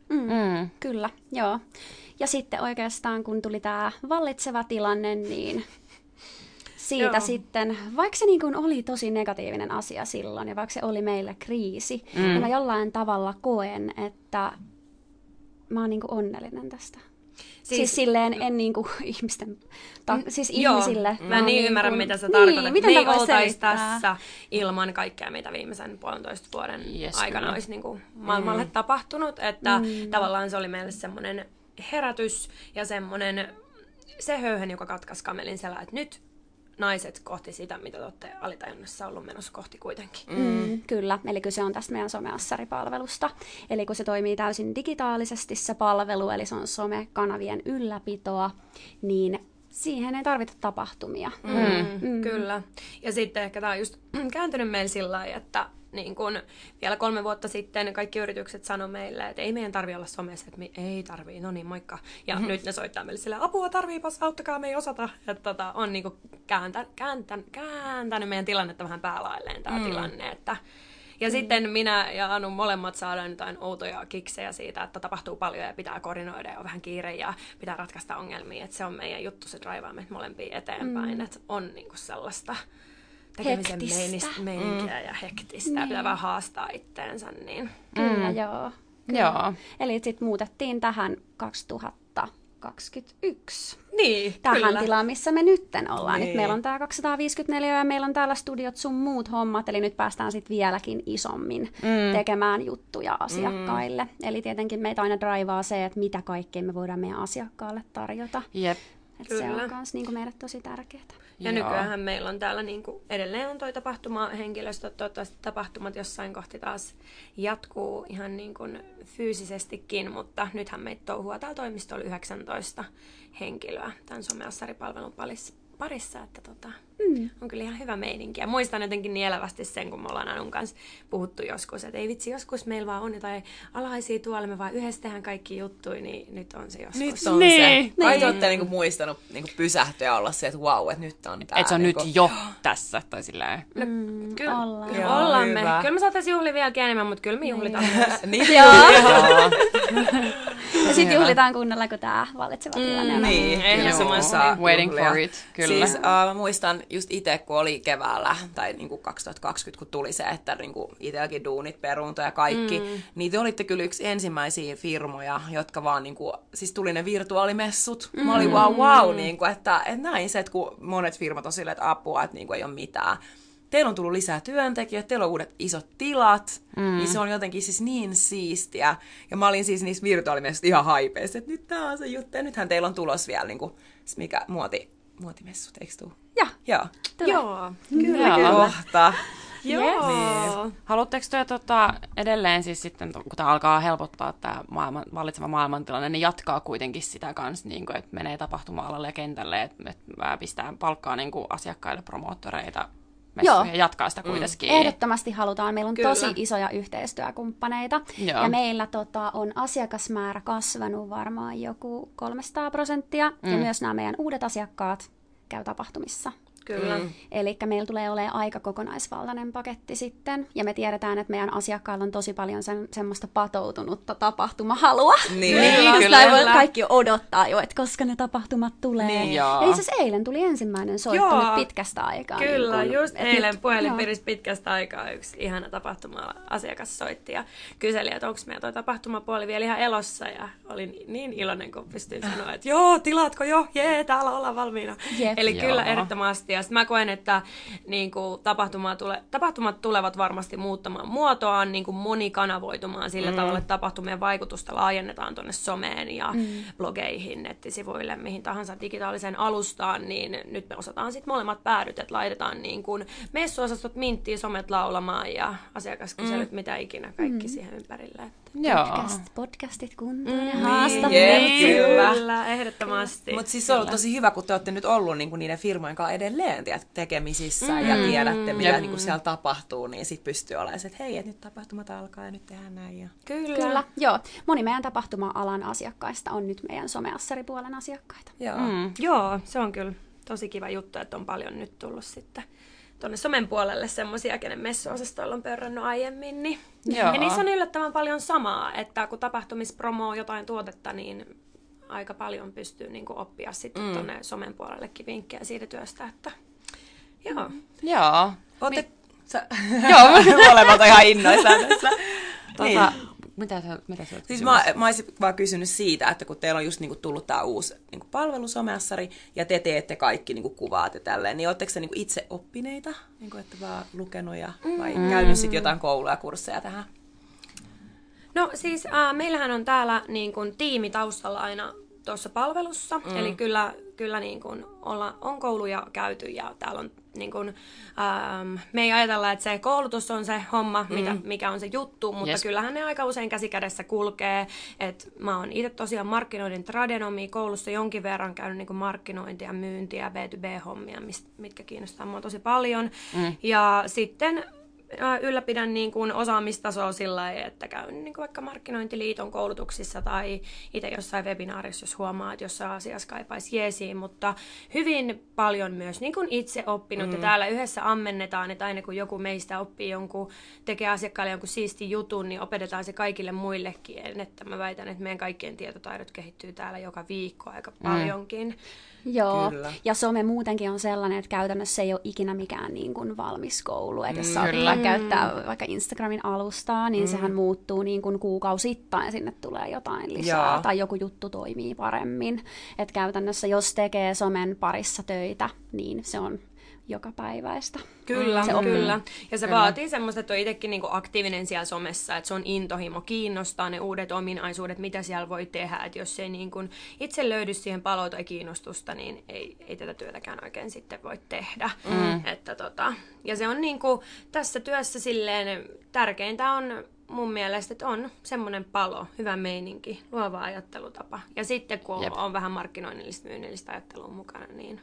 C: Mm,
A: Mm.
C: Kyllä, joo. Ja sitten oikeastaan kun tuli tämä vallitseva tilanne, niin siitä
D: Joo.
C: sitten, vaikka se niin kuin oli tosi negatiivinen asia silloin ja vaikka se oli meille kriisi, mm. niin mä jollain tavalla koen, että mä oon niin kuin onnellinen tästä. Siis, siis silleen en niinku ihmisten, ta- siis
D: Joo,
C: ihmisille.
D: mä en niin
C: niinku,
D: ymmärrä, mitä sä
C: niin,
D: tarkoitat.
C: miten
D: Me ei
C: mä voin
D: oltais
C: selittää?
D: tässä ilman kaikkea, mitä viimeisen puolentoista vuoden
A: Yes,
D: aikana
A: kyllä.
D: olisi niinku maailmalle mm. tapahtunut. Että mm. tavallaan se oli meille semmoinen herätys ja semmoinen se höyhen, joka katkaisi kamelin selän, että nyt naiset kohti sitä, mitä te olette alitajunnassa ollut menossa kohti kuitenkin.
C: Mm, kyllä, eli kyse on tästä meidän someassaripalvelusta. Eli kun se toimii täysin digitaalisesti se palvelu, eli se on somekanavien ylläpitoa, niin siihen ei tarvita tapahtumia.
D: Mm, mm. Kyllä. Ja sitten ehkä tämä on just kääntynyt meillä sillä lailla, että niin kun vielä kolme vuotta sitten kaikki yritykset sanoi meille, että ei meidän tarvitse olla somessa, että me ei tarvii, no niin, moikka. Ja mm-hmm. nyt ne soittaa meille silleen, apua tarviipas, auttakaa, me ei osata. Että tota, on niinku kääntä, kääntä, kääntänyt meidän tilannetta vähän päälailleen tämä mm. tilanne. Että. Ja mm. sitten minä ja Anu molemmat saadaan jotain outoja kiksejä siitä, että tapahtuu paljon ja pitää koordinoida ja on vähän kiire ja pitää ratkaista ongelmia. Että se on meidän juttu, se draivaa meitä molempia eteenpäin. Mm. Että on niinku sellaista tekemisen
C: Hektistä.
D: meininkiä mm. ja hektistä niin. Ja pitää vähän haastaa itteensä. Niin.
C: Kyllä,
A: Mm.
C: joo. Kyllä.
A: Joo.
C: Eli sitten muutettiin tähän kaksituhattakaksikymmentäyksi.
D: Niin,
C: Tähän
D: kyllä.
C: tilaan, missä me nytten ollaan.
B: Niin.
C: Nyt meillä on tämä kaksisataaviisikymmentäneljä ja meillä on täällä studiot sun muut hommat, eli nyt päästään sitten vieläkin isommin
A: Mm.
C: tekemään juttuja asiakkaille. Mm. Eli tietenkin meitä aina draivaa se, että mitä kaikkea me voidaan meidän asiakkaalle tarjota.
A: Jep.
C: Et se
D: Kyllä.
C: on myös niinku meille tosi tärkeää.
D: Ja
A: Joo.
D: nykyään meillä on täällä niin kuin edelleen on toi tapahtumahenkilöstö, toivottavasti tapahtumat jossain kohti taas jatkuu ihan niin kuin fyysisestikin, mutta nythän meitä touhua täällä toimistolla yhdeksäntoista henkilöä tämän someassaripalvelun parissa, että tota, mm. on kyllä ihan hyvä meininki. Ja muistan jotenkin niin elävästi sen, kun me ollaan Anun kanssa puhuttu joskus, että ei vitsi, joskus meillä vaan on jotain alaisia tuolla, me vaan yhdessä tehdään kaikki juttuja, niin nyt on se joskus.
B: Nyt on
A: Niin.
B: se. Kai te
C: Niin.
B: olette niinku muistanut niinku pysähtyä ja olla se, että vau, että nyt on tää.
A: Et se on
B: niinku...
A: nyt jo tässä, tai silleen.
C: Mm,
D: Kyllä,
C: ollaan.
D: kyllä
B: Joo,
D: ollaan me.
B: hyvä.
D: Kyllä me saataisiin juhlia vieläkin enemmän, mutta kyllä me juhlitaan myös.
B: niin,
C: Joo.
A: Joo.
C: Ja sitten juhlitaan kunnolla, kun tämä vallitseva tilanne on.
B: Niin,
D: ehdottomasti.
B: saa
A: Waiting
B: juhlia.
A: for it, kyllä.
B: Siis uh, mä muistan just itse, kun oli keväällä, tai niinku kaksituhattakaksikymmentä, kun tuli se, että niinku itselläkin duunit, perunto ja kaikki, mm. niin te olitte kyllä yksi ensimmäisiä firmoja, jotka vaan niinku, siis tuli ne virtuaalimessut. Mm. Mä olin wow, wow, niinku, että, että näin se, että kun monet firmat on silleen, että apua, että niinku ei ole mitään. Teillä on tullut lisää työntekijöitä, teillä on uudet isot tilat, mm. niin se on jotenkin siis niin siistiä. Ja mä olin siis niissä virtuaalimessuissa ihan haipeissa, että nyt tää on se juttu. Ja nythän teillä on tulos vielä, niin kuin, mikä muoti, muotimessut, eikö tuu?
C: Joo.
B: Joo.
C: Tulee.
D: Joo,
A: Kyllä.
D: kyllä.
B: Kohta.
D: Joo.
B: Niin.
A: Haluatteko te tota, edelleen siis sitten, kun tämä alkaa helpottaa tämä maailman, vallitseva maailmantilanne, niin jatkaa kuitenkin sitä kanssa, niin kuin, että menee tapahtuma-alalle ja kentälle, että, että pistää palkkaa niin kuin asiakkaille promoottoreita messuja ja jatkaa sitä kuitenkin.
C: Ehdottomasti halutaan. Meillä on
D: Kyllä.
C: tosi isoja yhteistyökumppaneita.
A: Joo.
C: Ja meillä tota, on asiakasmäärä kasvanut varmaan joku kolmesataa prosenttia. Mm. Ja myös nämä meidän uudet asiakkaat käy tapahtumissa.
D: Kyllä.
B: Mm.
C: Eli meillä tulee olemaan aika kokonaisvaltainen paketti sitten. Ja me tiedetään, että meidän asiakkailla on tosi paljon sen, semmoista patoutunutta tapahtumahalua.
B: Niin.
A: Niin,
C: Koska
A: kyllä.
C: ei voi kaikki odottaa jo, että koska ne tapahtumat tulee.
B: Niin.
A: Joo.
C: Ja itse asiassa eilen tuli ensimmäinen soitto
D: Joo.
C: nyt pitkästä aikaa.
D: Kyllä,
C: niin kun,
D: just
C: et
D: eilen
C: nyt-
D: puhelinpiirissä pitkästä aikaa yksi ihana tapahtuma-asiakas soitti ja kyseli, että onko meidän toi tapahtumapuoli vielä ihan elossa. Ja olin niin iloinen, kun pystyin sanoa, että joo, tilaatko jo? Jee, täällä ollaan valmiina.
C: Jep.
D: Eli
A: Joo.
D: kyllä ehdottomasti. Ja sitten mä koen, että niin kuin, tapahtuma tule, tapahtumat tulevat varmasti muuttamaan muotoaan, niin kuin monikanavoitumaan sillä mm. tavalla, että tapahtumien vaikutusta laajennetaan tuonne someen ja mm. blogeihin, nettisivuille, mihin tahansa digitaaliseen alustaan, niin nyt me osataan sitten molemmat päädyt, että laitetaan niin kuin messuosastot minttiin, somet laulamaan ja asiakaskyselyt, mm. mitä ikinä, kaikki mm. siihen ympärille. Että.
A: Joo.
C: Podcast, podcastit kuntoon ja
D: Mm,
C: haastattelut.
B: niin, kyllä.
D: Kyllä, ehdottomasti.
B: Mutta siis se on ollut tosi hyvä, kun te olette nyt ollut niinku niiden firmojen kanssa edelleen tiedät, tekemisissä mm. ja tiedätte, mitä
A: Jep.
B: niinku siellä tapahtuu, niin sitten pystyy olemaan se, että hei, et nyt tapahtumat alkaa ja nyt tehdään näin. Ja...
D: Kyllä.
C: Kyllä, joo. Moni meidän tapahtuma-alan asiakkaista on nyt meidän someassaripuolen asiakkaita.
B: Joo.
A: Mm.
D: Joo, se on kyllä tosi kiva juttu, että on paljon nyt tullut sitten tuonne somen puolelle semmoisia, kenen messuosastoilla on pörrännyt aiemmin. Niin.
A: Joo.
D: Ja niissä on yllättävän paljon samaa, että kun tapahtumispromoo jotain tuotetta, niin aika paljon pystyy niin kuin oppia sitten mm. tuonne somen puolellekin vinkkejä siitä työstä. Että... Joo.
A: Joo.
B: Ootte...
A: Mi-
B: Sä... Joo, molemmat on ihan innoissaan tässä.
A: Tota,
B: Niin.
A: mitä sä, mitä sä
B: Siis mä, mä olisin vaan kysynyt siitä, että kun teillä on just niinku tullut tää uusi niinku palvelu Someassari, ja te teette kaikki niinku kuvaat ja tälleen, niin ootteko te niinku itse oppineita? Niinku, että vaan lukenut ja, vai mm. käynyt sit jotain kouluja ja kursseja tähän?
D: No siis äh, meillähän on täällä niin kun, tiimi taustalla aina tuossa palvelussa, mm. eli kyllä, kyllä niin kun, olla, on kouluja käyty ja täällä on niin kun, ähm, me ei ajatella, että se koulutus on se homma, mm. mitä, mikä on se juttu, mutta yes. kyllähän ne aika usein käsikädessä kulkee. Et mä oon itse tosiaan markkinoinnin tradenomi koulussa jonkin verran käynyt niin kun markkinointia, myyntiä, B to B-hommia, mist, mitkä kiinnostaa mua tosi paljon. Mm. Ja sitten ylläpidän niin kuin osaamistasoa sillä lailla, että käyn niin kuin vaikka Markkinointiliiton koulutuksissa tai itse jossain webinaarissa, jos huomaa, että jossain asiassa kaipaisi jeesiin, mutta hyvin paljon myös niin kuin itse oppinut. Mm. Ja täällä yhdessä ammennetaan, että aina kun joku meistä oppii jonkun, tekee asiakkaalle jonkun siisti jutun, niin opetetaan se kaikille muillekin. Että mä väitän, että meidän kaikkien tietotaidot kehittyy täällä joka viikko aika mm. paljonkin.
C: Joo,
B: Kyllä.
C: ja some muutenkin on sellainen, että käytännössä ei ole ikinä mikään niin kuin valmis koulu. Että jos
A: Mm,
C: sä
A: kyllä.
C: mm. käyttää vaikka Instagramin alustaa, niin mm. sehän muuttuu niin kuin kuukausittain, sinne tulee jotain lisää,
B: Joo.
C: tai joku juttu toimii paremmin. Että käytännössä jos tekee somen parissa töitä, niin se on joka päiväistä.
D: Kyllä,
C: se
D: kyllä. Ja se kyllä. vaatii semmoista, että on itsekin niinku aktiivinen siellä somessa, että se on intohimo, kiinnostaa ne uudet ominaisuudet, mitä siellä voi tehdä. Että jos ei niinku itse löydy siihen paloa tai kiinnostusta, niin ei, ei tätä työtäkään oikein sitten voi tehdä. Mm. Että tota, ja se on niinku, tässä työssä silleen tärkeintä on mun mielestä, että on semmoinen palo, hyvä meininki, luova ajattelutapa. Ja sitten kun on, on vähän markkinoinnillista, myynnillistä ajattelua mukana, niin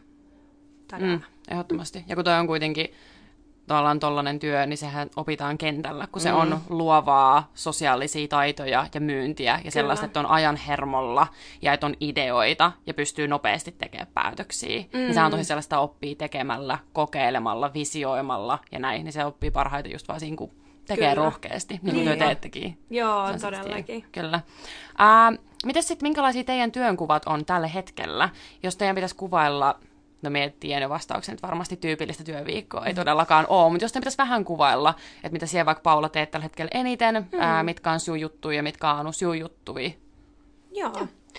A: Mm, ehdottomasti. Ja kun toi on kuitenkin tavallaan tollainen työ, niin sehän opitaan kentällä, kun mm. se on luovaa, sosiaalisia taitoja ja myyntiä ja Kyllä. sellaista, että on ajan hermolla ja että on ideoita ja pystyy nopeasti tekemään päätöksiä. Mm. Niin sehän on tosi sellaista oppii tekemällä, kokeilemalla, visioimalla ja näin. Niin se oppii parhaiten just vaan siinä, kun tekee Kyllä. rohkeasti, niin kuin niin te teettekin.
D: Joo, todellakin.
A: Kyllä. Ää, mites sitten, minkälaisia teidän työnkuvat on tällä hetkellä? Jos teidän pitäisi kuvailla... No me tiedän vastauksen, että varmasti tyypillistä työviikkoa ei todellakaan ole, mutta jos te pitäisi vähän kuvailla, että mitä siellä vaikka Paula teet tällä hetkellä eniten, mm. ää, mitkä on sinun juttuja ja mitkä on sinun juttuvia.
D: Joo.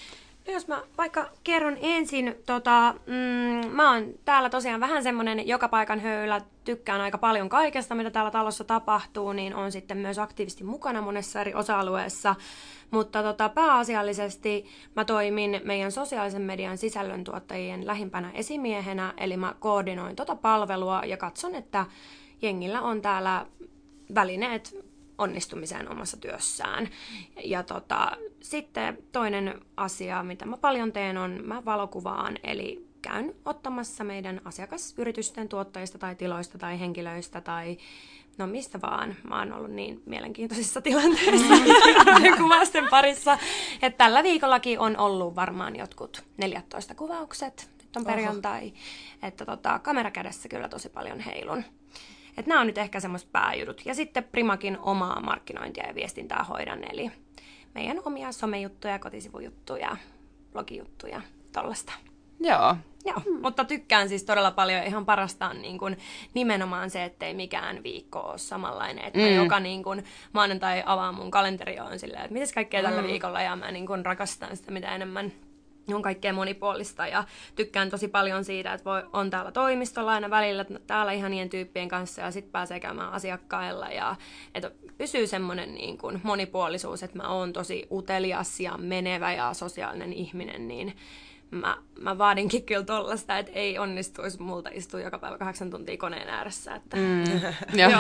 D: No jos mä vaikka kerron ensin, tota, mm, mä oon täällä tosiaan vähän semmoinen joka paikan höylä, tykkään aika paljon kaikesta, mitä täällä talossa tapahtuu, niin on sitten myös aktiivisesti mukana monessa eri osa-alueessa. Mutta tota, pääasiallisesti mä toimin meidän sosiaalisen median sisällöntuottajien lähimpänä esimiehenä, eli mä koordinoin tota palvelua ja katson, että jengillä on täällä välineet onnistumiseen omassa työssään. Ja tota, sitten toinen asia, mitä mä paljon teen, on mä valokuvaan, eli käyn ottamassa meidän asiakasyritysten tuottajista tai tiloista tai henkilöistä tai no mistä vaan. Mä oon ollut niin mielenkiintoisissa tilanteissa kuvasten parissa, että tällä viikollakin on ollut varmaan jotkut neljätoista kuvaukset. Nyt on perjantai, Oho. että tota, kamera kädessä kyllä tosi paljon heilun. Että nämä on nyt ehkä semmoiset pääjutut. Ja sitten Primakin omaa markkinointia ja viestintää hoidan, eli meidän omia somejuttuja, kotisivujuttuja, blogijuttuja, tollaista.
A: Joo.
D: Joo, mm. mutta tykkään siis todella paljon. Ihan parasta on niin kuin nimenomaan se, ettei mikään viikko ole samanlainen. Että mm. joka niin kuin maanantai avaa mun kalenteri on silleen, että mitäs kaikkea tällä mm. viikolla. Ja mä niin kuin rakastan sitä, mitä enemmän on kaikkea monipuolista. Ja tykkään tosi paljon siitä, että voi, on täällä toimistolla aina välillä, täällä ihanien tyyppien kanssa. Ja sitten pääsee käymään asiakkailla. Ja että pysyy semmoinen niin kuin monipuolisuus, että mä oon tosi utelias ja menevä ja sosiaalinen ihminen, niin Mä, mä vaadinkin kyllä tollaista, että ei onnistuisi multa istua joka päivä kahdeksan tuntia koneen ääressä. Että... Mm.
A: Joo.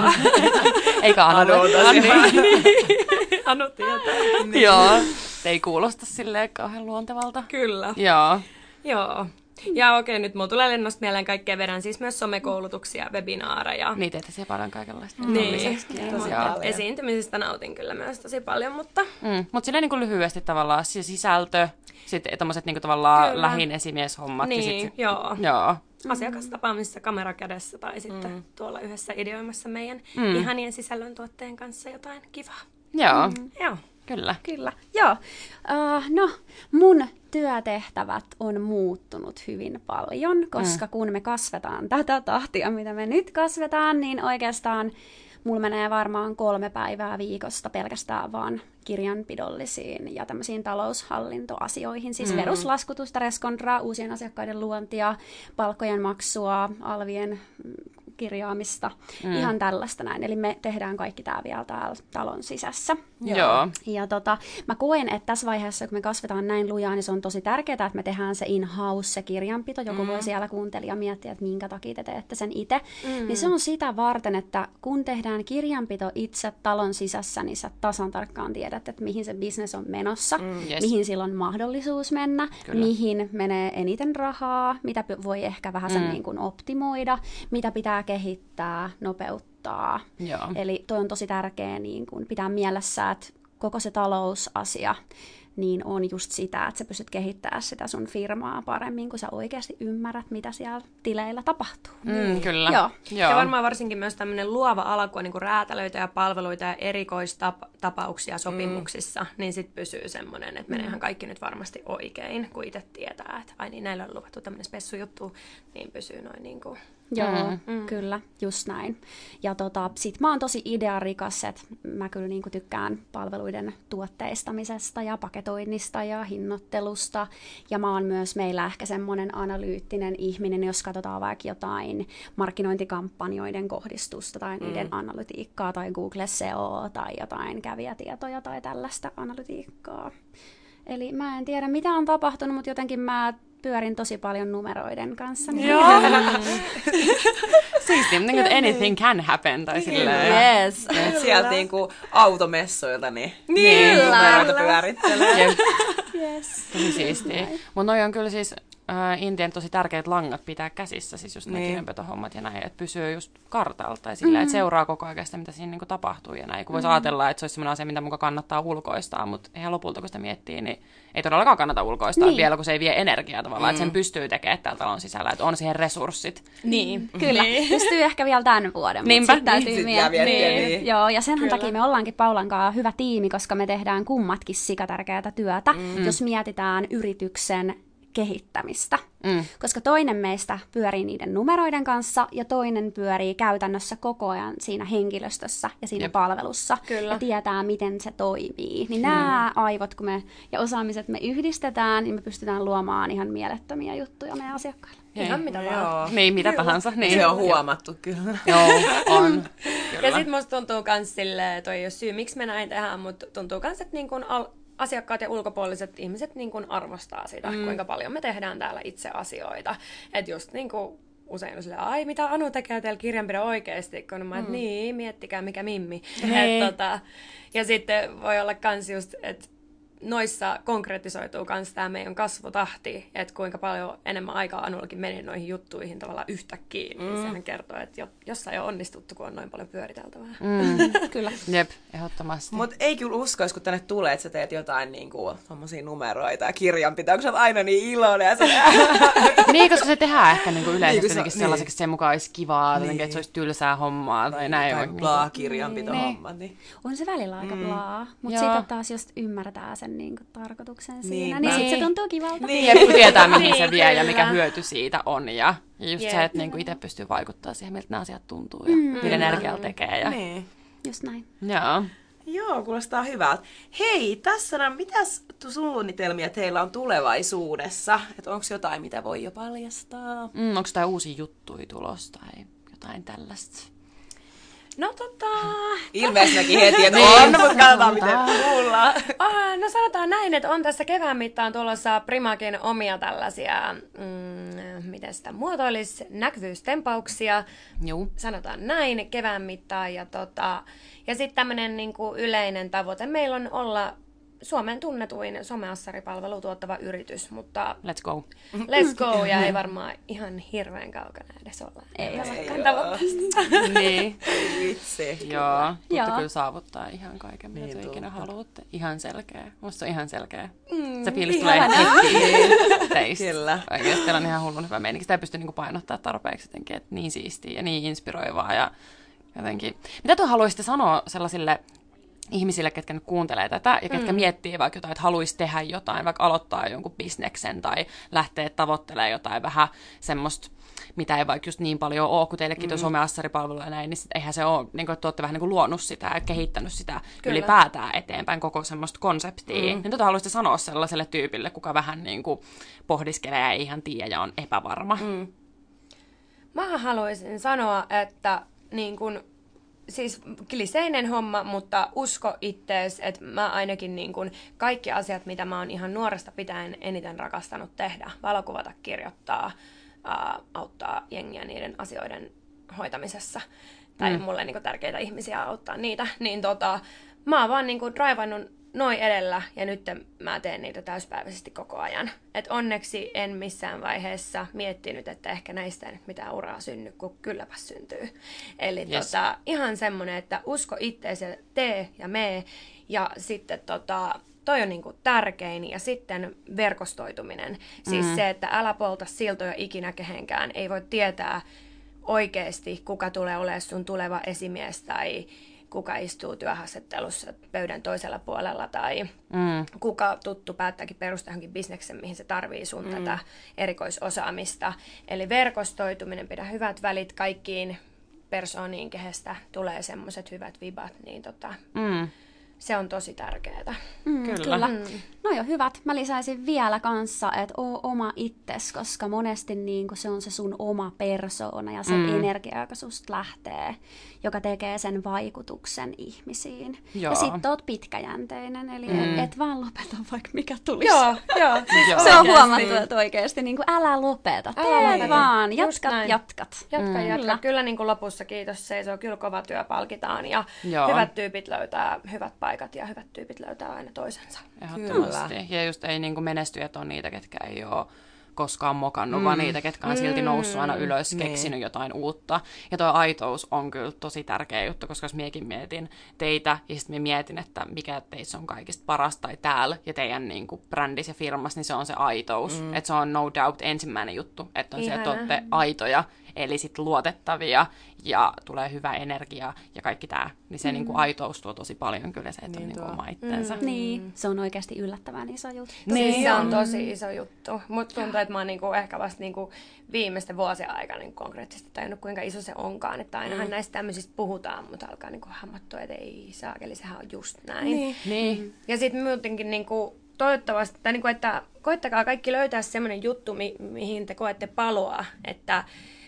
A: Eikä Anu.
D: Anu tietää.
A: Niin. Joo. Ei kuulosta silleen kauhean luontevalta.
D: Kyllä.
A: Joo.
D: Joo. Ja okei, nyt mulla tulee lennosta mieleen kaikkea, vedän siis myös somekoulutuksia, webinaareja.
A: Niin, teette siellä paljon kaikenlaista.
D: Niin, esiintymisestä nautin kyllä myös tosi paljon, mutta...
A: Mm. Mutta silleen niin kuin lyhyesti tavallaan se sisältö, sitten tommoset niin kuin tavallaan lähin esimieshommat.
D: Niin,
A: ja sit,
D: joo.
A: joo.
D: asiakastapaamisessa kamera kädessä tai sitten mm. tuolla yhdessä ideoimassa meidän
A: Mm.
D: ihanien sisällöntuotteen kanssa jotain kivaa.
A: Joo,
C: Mm.
D: Joo.
A: kyllä.
C: Kyllä, joo. Uh, no, mun työtehtävät on muuttunut hyvin paljon, koska mm. kun me kasvetaan tätä tahtia, mitä me nyt kasvetaan, niin oikeastaan mulla menee varmaan kolme päivää viikosta pelkästään vaan kirjanpidollisiin ja tämmöisiin taloushallintoasioihin. Siis mm. peruslaskutusta, reskontraa, uusien asiakkaiden luontia, palkkojen maksua, alvien kirjaamista, mm. ihan tällaista näin. Eli me tehdään kaikki tämä vielä täällä talon sisässä.
A: Joo.
C: Ja tota, mä koen, että tässä vaiheessa, kun me kasvetaan näin lujaa, niin se on tosi tärkeää, että me tehdään se in-house, se kirjanpito. Joku mm. voi siellä kuuntelija miettiä, että minkä takia te teette sen itse. Mm. Niin se on sitä varten, että kun tehdään kirjanpito itse talon sisässä, niin sä tasan tarkkaan tiedät, että mihin se business on menossa, mm. yes. mihin sillä on mahdollisuus mennä, Kyllä. mihin menee eniten rahaa, mitä voi ehkä vähän sen mm. niin kuin optimoida, mitä pitää kehittää, nopeuttaa.
A: Joo.
C: Eli toi on tosi tärkeää niin kun pitää mielessä, että koko se talousasia niin on just sitä, että sä pystyt kehittämään sitä sun firmaa paremmin, kun sä oikeasti ymmärrät, mitä siellä tileillä tapahtuu.
A: Mm, kyllä.
C: Joo.
A: Joo.
D: Ja varmaan varsinkin myös tämmöinen luova ala, kun on niin kuin räätälöitä ja palveluita ja erikoistapauksia sopimuksissa, mm. niin sitten pysyy semmoinen, että meneehän kaikki nyt varmasti oikein, kun itse tietää, että ai niin, näillä on luvattu tämmöinen spessujuttu, niin pysyy noin niin kuin...
C: Joo, mm. kyllä, just näin. Ja tota, sit mä oon tosi idearikas, että mä kyllä niinku tykkään palveluiden tuotteistamisesta ja paketoinnista ja hinnoittelusta. Ja mä oon myös meillä ehkä semmoinen analyyttinen ihminen, jos katsotaan vaikka jotain markkinointikampanjoiden kohdistusta tai niiden mm. analytiikkaa tai Google S E O tai jotain kävijätietoja tai tällaista analytiikkaa. Eli mä en tiedä, mitä on tapahtunut, mutta jotenkin mä pyörin tosi paljon numeroiden kanssa.
A: Joo. Siistiä, niin kuin anything can happen. Tai silleen.
C: Yes.
B: Sieltä niinku automessuilta, niin
C: Niin,
B: numeroita pyörittelee.
C: Yes.
A: Tosi siistiä. Mutta noi on kyllä siis äh, Intian tosi tärkeät langat pitää käsissä, siis just ne
B: Niin.
A: kirjanpitohommat ja näin, että pysyy just kartalta tai silleen, mm-hmm. että seuraa koko ajan sitä, mitä siinä niinku tapahtuu ja näin. Kun voisi mm-hmm. ajatella, että se olisi sellainen asia, mitä muka kannattaa ulkoistaa, mutta eihän lopulta, kun sitä miettii, niin ei todellakaan kannata ulkoistaa niin. vielä, kun se ei vie energiaa tavallaan, mm. että sen pystyy tekemään täällä talon sisällä, että on siihen resurssit.
C: Niin, kyllä. Niin. Pystyy ehkä vielä tämän vuoden,
A: Niinpä.
C: mutta sitten täytyy
B: Niin, sit
C: miettiä.
B: niin.
C: Niin. Joo, ja senhän
D: Kyllä.
C: takia me ollaankin Paulan kanssa hyvä tiimi, koska me tehdään kummatkin sikatärkeää työtä, mm. jos mietitään yrityksen kehittämistä. Mm. Koska toinen meistä pyörii niiden numeroiden kanssa ja toinen pyörii käytännössä koko ajan siinä henkilöstössä ja siinä Jep. palvelussa
D: Kyllä.
C: ja tietää, miten se toimii. Niin mm. nämä aivot kun me, ja osaamiset me yhdistetään, niin me pystytään luomaan ihan mielettömiä juttuja meidän asiakkaille.
D: Ihan mitä
B: No
D: vaan.
B: joo.
A: Niin, mitä kyllä. tahansa. Niin.
B: Se on huomattu kyllä.
A: Joo, on.
D: Ja sitten musta tuntuu kans silleen, toi ei ole syy, miksi me näin tehdään, mutta tuntuu kans, että niin kun al- asiakkaat ja ulkopuoliset ihmiset niin kun arvostaa sitä, mm. kuinka paljon me tehdään täällä itse asioita. Että just niin kuin usein on silleen, ai mitä Anu tekee teillä kirjanpidon oikeasti, kun mä, että mm. niin, miettikää mikä mimmi. Et, tota, ja sitten voi olla kans just, että noissa konkretisoituu myös tämä meidän kasvutahti, että kuinka paljon enemmän aikaa Anullakin meni noihin juttuihin tavallaan yhtäkkiä. Mm. Niin sehän kertoo, että jo, jossain on onnistuttu, kun on noin paljon pyöriteltävää.
A: Mm.
C: Kyllä.
A: Jep, ehdottomasti.
B: Mutta ei kyllä uskoisi, kun tänne tulee, että sä teet jotain niinku, tommosia numeroita ja kirjanpitoa, kun sä oot aina niin iloinen. Ja sä...
A: Niin, koska se tehdään ehkä niinku yleisesti
B: niin,
A: jotenkin
B: se,
A: sellaiseksi,
B: niin.
A: että sen mukaan olisi kivaa,
B: niin.
A: että se olisi tylsää hommaa tai näin.
B: Tai blaa kirjanpitohommat. Niin.
C: On se välillä aika
A: Mm.
C: blaa, mutta
A: Joo.
C: sitten taas just ymmärtää sen niinku tarkoituksen siinä,
B: Niinpä.
C: niin sitten se
A: Niin.
C: tuntuu kivalta.
B: Niin.
A: Jep, kun tietää, mihin se
D: Niin,
A: vie ja mikä
D: kyllä.
A: hyöty siitä on. Ja just
D: Jep.
A: se, että niinku itse pystyy vaikuttamaan siihen, miltä nämä asiat tuntuu ja
C: Mm.
A: millä energialla tekee. Ja...
B: Niin.
C: Just näin.
A: Joo.
B: Joo, kuulostaa hyvältä. Hei, tässä on, mitäs suunnitelmia teillä on tulevaisuudessa? Että onko jotain, mitä voi jo paljastaa?
A: Mm, onko tämä uusi juttu tulossa tai jotain tällaista?
D: No tota...
B: Ilmeisesti näki heti, että
A: Niin.
B: on, mutta katsotaan miten kuullaan.
D: Ah, no sanotaan näin, että on tässä kevään mittaan tulossa Primakin omia tällaisia, mm, miten sitä muotoilisi, näkyvyystempauksia.
A: Joo.
D: Sanotaan näin kevään mittaan. Ja, tota, ja sitten tämmöinen niinku yleinen tavoite meillä on olla Suomen tunnetuin someassaripalvelu tuottava yritys, mutta
A: Let's go.
D: let's go, ja ei varmaan ihan hirveän kaukana edes olla.
C: Ei
D: Ei
C: ole.
D: olekaan tavoitteesta.
A: Niin.
B: vitsi.
A: Joo, mutta
C: Joo.
A: kyllä saavuttaa ihan kaiken, mitä
B: Niin
A: te ikinä
B: totta.
A: haluatte. Ihan selkeä. Musta se on ihan selkeä.
D: Mm,
A: Se fiilis tulee
C: ihanaa.
A: heti teistä.
B: Kyllä.
A: Oikeasti teillä on ihan hullun hyvä meininki. Sitä ei pysty niinku painottaa tarpeeksi jotenkin, että niin siistiä ja niin inspiroivaa. Ja jotenkin. Mitä te haluaisitte sanoa sellaisille ihmisille, ketkä nyt kuuntelee tätä ja ketkä mm. miettii vaikka jotain, että haluaisi tehdä jotain, vaikka aloittaa jonkun bisneksen tai lähteä tavoittelemaan jotain vähän semmoista, mitä ei vaikka just niin paljon ole, kun teillekin mm. on someassaripalveluja ja näin, niin sit eihän se ole, niin kuin, että olette vähän niin kuin luonut sitä ja kehittänyt sitä Kyllä. ylipäätään eteenpäin koko semmoista konseptia. Mm. Niin tota haluaisitte sanoa sellaiselle tyypille, kuka vähän niin kuin pohdiskelee ja ei ihan tiedä ja on epävarma.
D: Mm. Mä haluaisin sanoa, että niin kun, siis kliseinen homma, mutta usko ittees, että mä ainakin niin kun, kaikki asiat, mitä mä oon ihan nuoresta pitäen eniten rakastanut tehdä, valokuvata, kirjoittaa, ää, auttaa jengiä niiden asioiden hoitamisessa, tai mm. mulle niin kun, tärkeitä ihmisiä auttaa niitä, niin tota, mä oon vaan niin kun, draivannut noin edellä, ja nyt mä teen niitä täyspäiväisesti koko ajan. Et onneksi en missään vaiheessa miettinyt, että ehkä näistä ei nyt mitään uraa synny, kun kylläpä syntyy. Eli
A: Yes.
D: tota, ihan semmoinen, että usko itseesi, tee ja mee. Ja sitten tota, toi on niinku tärkein. Ja sitten verkostoituminen. Siis
A: Mm.
D: se, että älä polta siltoja ikinä kehenkään. Ei voi tietää oikeasti, kuka tulee olemaan sun tuleva esimies tai kuka istuu työhaastattelussa pöydän toisella puolella tai
A: Mm.
D: kuka tuttu päättääkin perustaa johonkin bisneksen, mihin se tarvii sun mm. tätä erikoisosaamista. Eli verkostoituminen, pidä hyvät välit kaikkiin persooniin, kehestä tulee semmoiset hyvät vibat, niin tota,
A: Mm.
D: se on tosi tärkeää.
C: Mm,
A: Kyllä.
C: kyllä.
D: Mm.
C: No jo hyvät. Mä lisäisin vielä kanssa, että oo oma itses, koska monesti niin se on se sun oma persoona ja se
A: Mm.
C: energia, joka susta lähtee, joka tekee sen vaikutuksen ihmisiin.
A: Joo.
C: Ja sit oot pitkäjänteinen, eli
A: Mm.
C: et, et vaan lopeta vaikka mikä tulisi.
D: Joo, joo.
A: Joo.
C: Se on
D: Oikeasti.
C: huomattu, että oikeasti niin kuin, älä lopeta,
D: Älä
C: teet
D: lopeta.
C: vaan,
D: Just
C: jatkat,
D: näin.
C: jatkat.
D: Jatka,
A: Mm.
D: jatka.
C: Kyllä.
D: Kyllä niin kuin lopussa kiitos seisoo, kyllä kova työ palkitaan ja
A: Joo.
D: hyvät tyypit löytää hyvät paikat ja hyvät tyypit löytää aina toisensa.
A: Ehdottomasti. Ja just ei niin kuin menestyjät on niitä, ketkä ei ole koskaan mokannut,
B: Mm.
A: vaan niitä, ketkä on silti noussut aina
D: Mm.
A: ylös,
B: Niin.
A: keksinyt jotain uutta. Ja tuo aitous on kyllä tosi tärkeä juttu, koska jos miekin mietin teitä, ja sitten mä mietin, että mikä teissä on kaikista parasta tai täällä, ja teidän niin kuin brändissä ja firmassa, niin se on se aitous. Mm. Että se on no doubt ensimmäinen juttu, että on se, että
D: Ihana.
A: olette aitoja, eli sitten luotettavia, ja tulee hyvä energia ja kaikki tämä. Niin se mm. niin kuin aitous tuo tosi paljon kyllä se, että
B: Niin
A: on niin kuin
B: tuo.
A: oma itsensä.
D: Mm.
C: Niin, se on oikeasti yllättävän iso juttu.
D: Niin,
B: Niin
D: se
B: on.
D: on tosi iso juttu. Mutta tuntuu, että mä oon niinku ehkä vasta niinku viimeisten vuosien aikana niinku konkreettisesti tajunnut, kuinka iso se onkaan. Että ainahan mm. näistä tämmöisistä puhutaan, mutta alkaa niinku hahmottua, että ei saakeli, sehän on just näin.
B: Niin.
A: Niin.
D: Ja sitten muutenkin niinku, toivottavasti, tai niinku, että koittakaa kaikki löytää semmoinen juttu, mi- mihin te koette paloa, että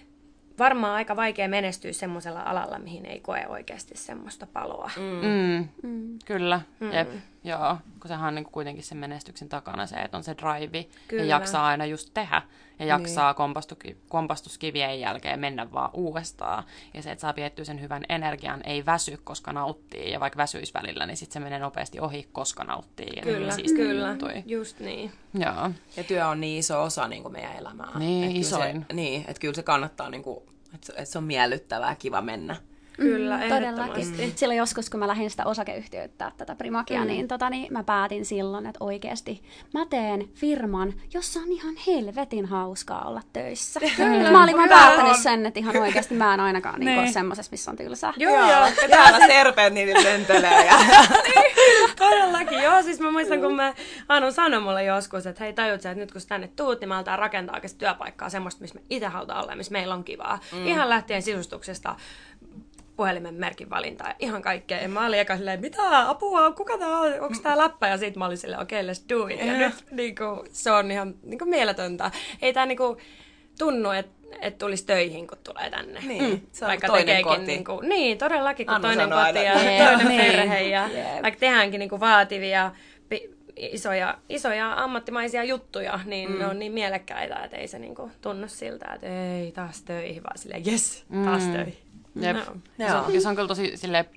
D: varmaan aika vaikea menestyä semmoisella alalla, mihin ei koe oikeasti semmoista paloa.
A: Mm. Mm.
C: Mm.
A: Kyllä,
D: Mm.
A: jep, joo, kun sehän on niin kuin kuitenkin sen menestyksen takana se, että on se drive
D: Kyllä.
A: ja jaksaa aina just tehdä ja jaksaa niin. kompastuski, kompastuskivien jälkeen mennä vaan uudestaan ja se, että saa piettyä sen hyvän energian, ei väsy, koska nauttii ja vaikka väsyisi välillä, niin sitten se menee nopeasti ohi, koska nauttii ja
D: Kyllä,
A: niin siistiä
D: kyllä,
A: tuntui.
D: just niin.
A: Joo,
B: Ja työ on niin iso osa niin kuin meidän elämää.
A: Niin,
B: Et kyllä
A: isoin.
B: Se, niin, että kyllä se kannattaa, niin kuin, että se, että se on miellyttävää ja kiva mennä.
D: Kyllä,
C: Mm,
D: ehdottomasti.
C: todellakin. Silloin joskus, kun mä lähdin sitä osakeyhtiöittää tätä Primakia, mm. niin, tota, niin mä päätin silloin, että oikeasti mä teen firman, jossa on ihan helvetin hauskaa olla töissä.
D: Kyllä,
C: Mä olin mä
D: kyllä
C: päättänyt
D: on.
C: sen, että ihan oikeasti mä en ainakaan niin.
A: Niin.
C: ole semmoisessa, missä on tylsää.
D: Joo, joo.
B: Ja täällä serpentit lentelee. Ja...
D: Todellakin, joo. Siis mä muistan, kun mä Anu sanoi mulle joskus, että hei, tajut sä, että nyt kun sä tänne tuut, niin mä aletaan rakentaa oikeasti työpaikkaa semmoista, missä me itse halutaan olla ja missä meillä on kivaa. Mm. Ihan lähtien sisustuksesta, puhelimen merkin valintaa ja ihan kaikkea. Ja mä olin eka silleen, mitä apua, kuka tää on, onks tää läppä? Ja sit mä olin silleen, okei, okay, let's do it. Ja
B: Yeah.
D: nyt niinku, se on ihan niinku mieletöntä. Ei tää niinku tunnu, että et tulisi töihin, kun tulee tänne.
B: Niin, se on
D: Vaikka
B: toinen
D: tekeekin
B: koti.
D: Niinku, niin, todellakin, kun
B: Anna
D: toinen
B: sanoo
D: koti
B: aina.
D: ja
C: Jep,
D: toinen
C: niin.
D: perhe. Ja
C: Jep.
D: vaikka tehdäänkin niinku vaativia, pi, isoja, isoja ammattimaisia juttuja, niin mm. ne on niin mielekkäitä, että ei se niinku tunnu siltä, että ei taas töihin, vaan silleen, jes, taas
A: Mm.
D: töihin.
A: Jep.
D: No.
A: Ja se, on, ja se on kyllä tosi silleen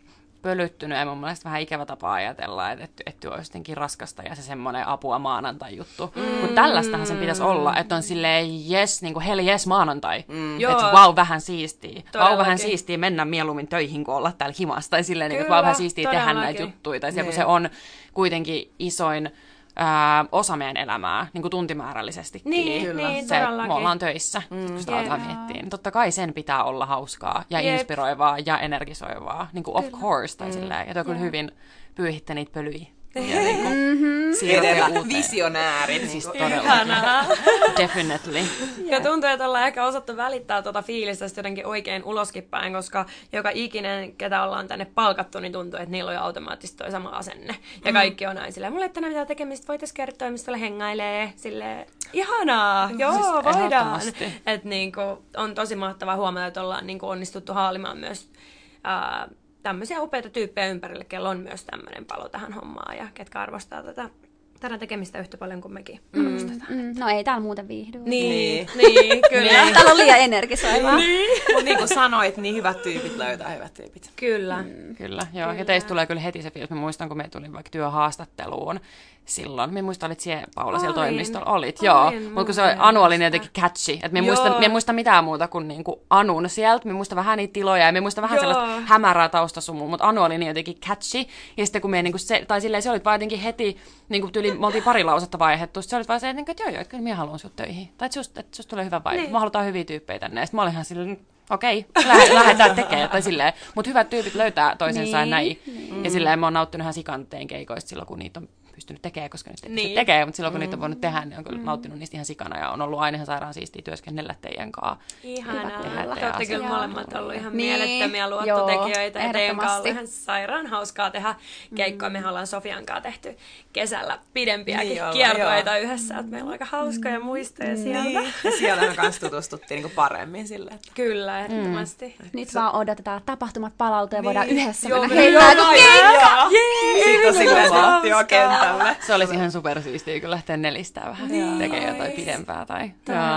A: pölyttynyt ja mun mielestä vähän ikävä tapa ajatella, että, että, että olisi jotenkin raskasta ja se semmoinen apua maanantai juttu. Mm. Kun tällaistähän sen pitäisi olla, että on silleen jes, niin kuin hell yes maanantai. Mm. Että vau, vähän siistiä. Vau, vähän siistiä mennä mieluummin töihin kuin olla täällä himassa. Tai silleen, että vau, vähän siistiä tehdä näitä juttuja. Tai siellä, kun se on kuitenkin isoin Ää, osa meidän elämää, niin kuin tuntimäärällisesti.
D: Niin, kyllä. Niin,
A: se, me ollaan töissä, mm. kun sitä yeah. alkaa miettiä. Niin totta kai sen pitää olla hauskaa ja yep. inspiroivaa ja energisoivaa. Niin kuin of course. Tai mm. silleen. Ja toi kyllä hyvin pyyhitte niitä pölyjä. Ja niin kuin
B: mm-hmm. visionäärit.
A: Siis todella. Definitely.
D: Ja tuntuu, että ollaan ehkä osattu välittää tuota fiilistä jotenkin oikein uloskin päin, koska joka ikinen, ketä ollaan tänne palkattu, niin tuntuu, että niillä on jo automaattisesti toi sama asenne. Ja kaikki on aina silleen, mulle ei tänään mitään tekemistä, voitais kertoa, mistä ole hengailee. Silleen, ihanaa, joo, siis voidaan. Että niinku, on tosi mahtavaa huomata, että ollaan niinku onnistuttu haalimaan myös ää, tämmöisiä upeita tyyppejä ympärille, kello on myös tämmöinen palo tähän hommaan ja ketkä arvostaa tätä, tätä tekemistä yhtä paljon kuin mekin
C: mm, mm, no ei täällä muuten viihdy.
D: Niin, niin kyllä.
C: Niin. Täällä on liian energisoivaa.
B: Niin. Mutta niin kuin sanoit, niin hyvät tyypit löytää hyvät tyypit.
D: Kyllä.
A: Mm. Kyllä, joo. Kyllä. Ja teistä tulee kyllä heti se fiilis. Mä muistan, kun me tulin vaikka työhaastatteluun silloin. Mä muistan, olit siellä, Paula, siellä toimistolla. Olit, olin, joo. Mutta kun se Anu oli jotenkin catchy. Että mä en muista, muista mitään muuta kuin niinku Anun sieltä. Mä muistan vähän niitä tiloja ja mä muistan vähän joo. sellaista hämärää taustasumua. Mutta Anu oli niin jotenkin catchy. Ja sitten kun me niinku se, tai silleen se olit vaan jotenkin heti, niinku tyli, me oltiin pari lausetta vaihdettu. Sitten se olit vaan se, että joo joo, että kyllä minä haluan sut töihin. Tai että susta, että susta tulee hyvä vibe. Niin. Me halutaan hyviä tyyppejä tänne. Ja sitten mä olin ihan silleen, okei, okay, lähdetään tekemään. Tai silleen, mutta hyvät tyypit löytää toisensa niin, näin. Niin. Ja silleen mä oon nauttinut ihan sikanteen keikoista silloin, kun niitä on pystynyt tekemään, koska nyt ei niin. pysty tekemään, mutta silloin kun mm. niitä on voinut tehdä, niin on kyllä mm. nauttinut niistä ihan sikana ja on ollut aina ihan sairaan siistiä työskennellä teidän kanssa.
D: Ihanaa. Te olette kyllä molemmat ollut ihan niin. mielettömiä luottotekijöitä ja teidän kanssa on ihan sairaan hauskaa tehdä keikkoja. Mm. Mehän ollaan Sofian kanssa tehty kesällä pidempiäkin niin kiertoita yhdessä, että meillä on aika hauskoja muistoja mm. sieltä. Niin.
B: Ja siellä me kanssa tutustuttiin niinku paremmin sille. Että...
D: Kyllä, ehdottomasti.
C: Mm. Nyt vaan odotetaan tapahtumat palautua ja voidaan yhdessä mennä heittää keikkaa.
B: Sitten on silleen lattiokenttä.
A: Se olisi ihan supersiistiä, kun lähtee nelistää vähän niin. tekemään jotain pidempää. Tai...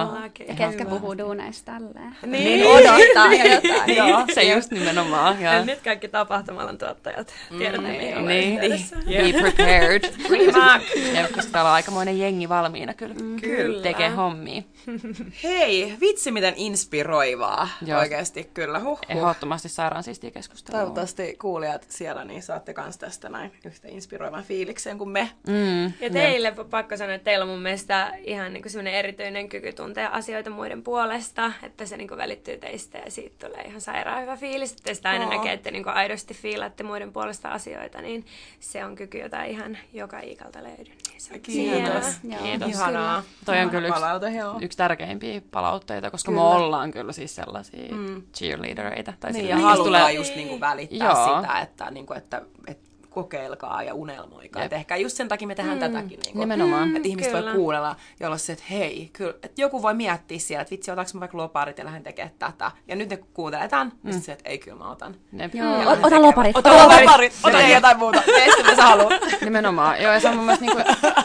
C: Ja ketkä puhuu duuneista tälleen.
D: Niin,
C: niin odottaa jo jotain.
A: Joo, se just nimenomaan.
D: Ja nyt kaikki tapahtumalan tuottajat tiedätte, mihin ollaan
A: niin. Be prepared. Ja koska täällä on aikamoinen jengi valmiina kyllä,
B: kyllä.
A: tekee hommia.
B: Hei, vitsi miten inspiroivaa oikeasti kyllä. Huh, huh.
A: Ehdottomasti sairaan siistiä keskustelua.
B: Toivottavasti kuulijat siellä niin saatte kans tästä näin yhtä inspiroivan fiiliksen kuin me.
A: Mm.
D: Ja teille mm. pakko sanoa, että teillä on mun mielestä ihan niin kuin sellainen erityinen kyky tuntea asioita muiden puolesta, että se niin kuin välittyy teistä ja siitä tulee ihan sairaan hyvä fiilis, että sitä aina no. näkee, että niin kuin aidosti fiilaatte muiden puolesta asioita, niin se on kyky, jota ihan joka ikalta löydy. Niin se on
B: kiitos.
A: Kiitos.
B: Ihanaa.
A: Toi on kyllä yksi, Palaute, yksi tärkeimpiä palautteita, koska kyllä. me ollaan kyllä siis sellaisia mm. cheerleadereita. Tai
B: niin, ja halutaan niin. just niin kuin välittää Joo. sitä, että, niin kuin, että, että kokeilkaa ja unelmoikaa. Et ehkä just sen takia me tehdään mm, tätäkin. Niin kun,
A: nimenomaan.
B: Että ihmiset kyllä. voi kuunnella, jolla se, että hei, kyllä, että joku voi miettiä siellä, että vitsi, otanko mä vaikka loparit ja lähden tekemään tätä. Ja nyt ne kuuntelee tämän, mm. ja se, että ei, kyllä mä otan.
C: Joo, ota loparit.
B: Ota loparit. Ota jotain muuta. Tee sitä, sä haluat.
A: Nimenomaan. Joo, ja se on mun mielestä niinku,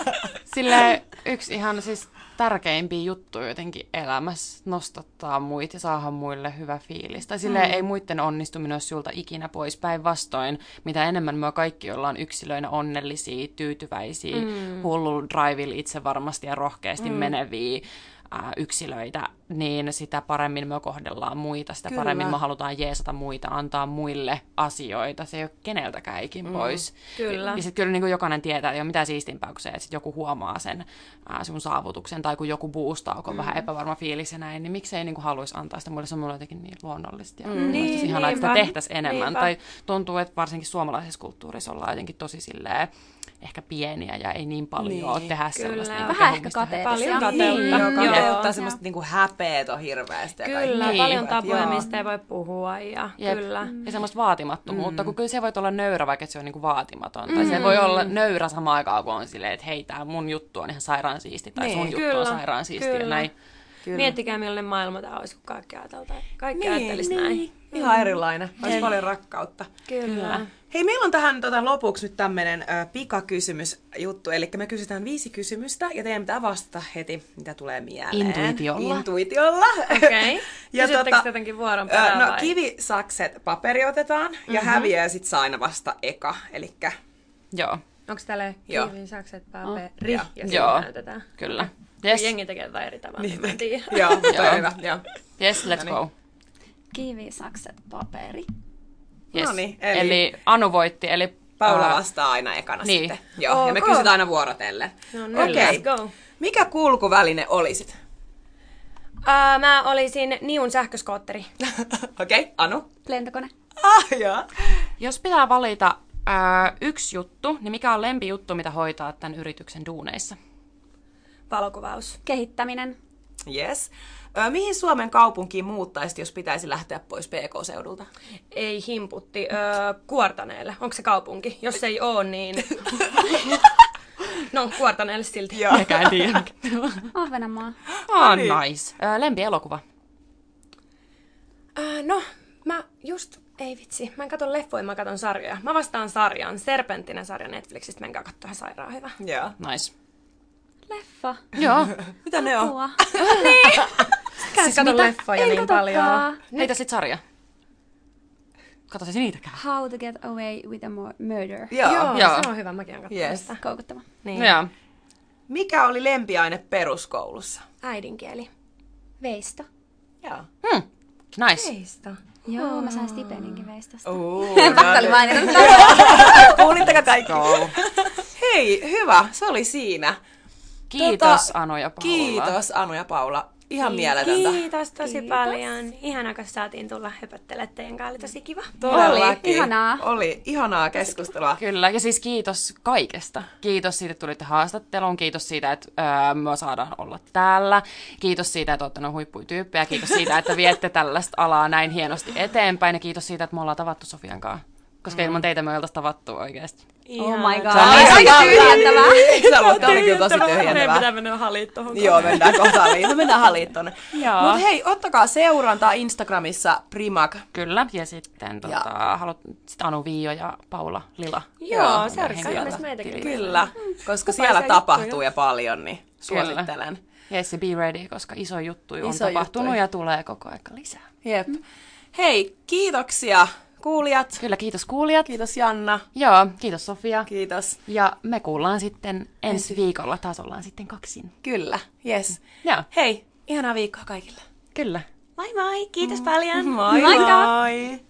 A: silleen yksi ihan siis tärkeimpiä juttuja jotenkin elämässä, nostattaa muita ja saada muille hyvä fiilis. Tai silleen mm. ei muiden onnistuminen ole sulta ikinä pois. Päinvastoin, mitä enemmän me kaikki ollaan yksilöinä onnellisia, tyytyväisiä, mm. hullulla drivilla itse varmasti ja rohkeasti mm. meneviä ää, yksilöitä, niin sitä paremmin me kohdellaan muita, sitä kyllä. paremmin me halutaan jeesata muita, antaa muille asioita. Se ei ole keneltäkään ikin pois. Mm.
D: Kyllä.
A: Ja, ja sitten kyllä niin kuin jokainen tietää, että ei ole mitään siistimpää kuin se, että sit joku huomaa sen ää, sun saavutuksen, tai kun joku boostaa, kun on mm. vähän epävarma fiilis ja näin, niin miksei niin kuin haluaisi antaa sitä mulle. Se on mulle jotenkin niin luonnollista. Ja mm. niin, ihanaa, että sitä tehtäisiin enemmän. Niinpä. Tai tuntuu, että varsinkin suomalaisessa kulttuurissa ollaan jotenkin tosi silleen, ehkä pieniä ja ei niin paljon niin, ole tehdä kyllä. sellaista. Niin
C: vähän ehkä kateellisia.
B: Paljon kateutta. Niin, kateutta semmoista niinku häpeät on hirveästi.
D: Kyllä, niin. paljon tapoja, mistä ei voi puhua. Ja, kyllä.
A: ja semmoista vaatimattomuutta, mm. kun kyllä se voi olla nöyrä, vaikka se on niinku vaatimaton. Mm. Tai se voi olla nöyrä samaan aikaan, kun on silleen, että hei, tää mun juttu on ihan sairaan siisti, tai niin, sun kyllä, juttu on sairaan siisti. Ja näin.
B: Kyllä.
D: Miettikää, millainen maailma tämä olisi, kun kaikki ajateltaan. Kaikki
B: Niin,
D: ajattelisi
B: niin.
D: näin.
B: Ihan erilainen. Olisi paljon rakkautta.
D: Kyllä.
B: Hei, meillä on tähän tota, lopuksi nyt tämmöinen äh, pikakysymysjuttu. Eli me kysytään viisi kysymystä ja teidän pitää vastata heti, mitä tulee mieleen.
A: Intuitiolla.
B: Intuitiolla.
D: Okei.
B: Ja
D: Kysyttekö jotenkin vuoron perään
B: No
D: vai?
B: kivi, sakset, paperi otetaan ja
D: Mhm.
B: häviää sit saa aina vasta eka. Elikkä
A: Joo,
D: Onko täällä
B: Joo.
D: kivi, sakset, paperi
B: Joo.
D: ja
A: Joo.
D: sitten näytetään?
A: kyllä.
D: Yes.
A: Yes,
D: Jengi tekee jotain eri tavalla, niin. Mä en tiedä.
B: joo, toi
A: Joo.
B: on hyvä. Joo.
A: yes, let's
B: Noniin.
A: go.
C: Kivi, sakset, paperi.
A: Yes.
B: Noniin,
A: eli...
B: eli-
A: eli Anu voitti, eli
B: Paula
A: ää,
B: vastaa aina ekana
A: niin.
B: sitten. Joo, ja me
D: Ok.
B: kysytään aina vuorotellen.
D: No niin,
B: Okei.
D: let's go.
B: Mikä kulkuväline olisit?
D: Uh, mä olisin Niun sähköskootteri.
B: Okei, okay, Anu.
C: Lentokone.
B: Ah, joo.
A: jos pitää valita ää, yksi juttu, niin mikä on lempijuttu, mitä hoitaa tämän yrityksen duuneissa?
D: Valokuvaus.
C: Kehittäminen.
B: Yes. Ö, mihin Suomen kaupunkiin muuttaisit, jos pitäisi lähteä pois P K-seudulta?
D: Ei himputti. Öö, Kuortaneelle. Onko se kaupunki? Jos ei oo, niin... no, Kuortaneelle silti.
B: Joo.
A: Eikä en tiedä.
C: Ahvenanmaa.
A: Oh,
B: niin.
A: nice. Ää, lempielokuva.
D: Öö, no, mä just... Ei vitsi. Mä en katso leffoja, mä katon sarjoja. Mä vastaan sarjan. Serpenttinen sarja Netflixistä. Menkää katsoa, ihan sairaan hyvä.
B: Joo.
A: Nice.
C: Leffa.
A: Joo.
B: Mitä ne on?
C: Apua.
D: Siis kato leffoja
C: En
D: niin
C: katokaan.
D: paljon.
A: Heitä sit sarja. Katsoisin niitäkään.
C: How to get away with a mo- murder.
B: Joo.
D: Joo,
A: Joo.
D: se on hyvä. Mäkin oon katsonut
B: Yes.
D: sitä.
C: Koukuttava.
D: Niin.
A: No, joo.
B: Mikä oli lempiaine peruskoulussa?
D: Äidinkieli.
C: Veisto.
B: Joo.
A: Hmm. Nice.
D: Heistä.
C: Joo, mä sain stipendinkin veistosta.
B: Uh,
C: Pakko oli mainita.
B: Kuulitteko kaikki? Hei, hyvä. Se oli siinä.
A: Kiitos
B: Tota,
A: Anu ja Paula.
B: Kiitos Anu ja Paula. Ihan mieletöntä.
D: Kiitos tosi
C: Kiitos.
D: paljon. Ihanaa, kun saatiin tulla höpöttelemään teidän kanssa. Oli tosi kiva.
B: Todellakin.
C: Oli, ihanaa.
B: Oli ihanaa keskustelua.
A: Kyllä, ja siis kiitos kaikesta. Kiitos siitä, että tulitte haastatteluun. Kiitos siitä, että öö, me saadaan olla täällä. Kiitos siitä, että olette noin huipputyyppejä. Kiitos siitä, että viette tällaista alaa näin hienosti eteenpäin. Ja kiitos siitä, että me ollaan tavattu Sofian kanssa. Koska ilman teitä me ei oltaisi tavattu oikeasti.
C: Oh my god.
B: Se on
C: Aika
B: aika
C: tyhjentävää.
B: Eikö sä ollut? Tämä oli kyllä tosi
D: Meidän
B: tyhjentävää.
D: pitää mennä haliittoon.
B: Joo, mennään kohta halliin. Me mennään halliittoon.
A: Joo.
B: Mutta hei, ottakaa seurantaa Instagramissa Primag.
A: Kyllä, ja sitten tota, haluat, sit Anu, Viio ja Paula Lila.
D: Joo, seuratkaa
A: henkilöitä.
D: myös meitäkin.
B: Kyllä, koska
D: Kupaisia
B: siellä
D: juttuja.
B: tapahtuu ja paljon, niin suosittelen.
A: Yes, ja be ready, koska iso juttu on
B: Iso
A: tapahtunut
B: juttu.
A: ja tulee koko aika lisää.
B: Jep. Hei, kiitoksia kuulijat.
A: Kyllä, kiitos kuulijat.
B: Kiitos Janna.
A: Joo, kiitos Sofia.
B: Kiitos.
A: Ja me kuullaan sitten ensi viikolla. Taas ollaan sitten kaksin.
B: Kyllä, yes.
A: Joo,
B: Hei, ihanaa viikkoa kaikille.
A: kyllä.
D: Moi moi, kiitos paljon.
B: Moi
C: Moikka!
B: moi!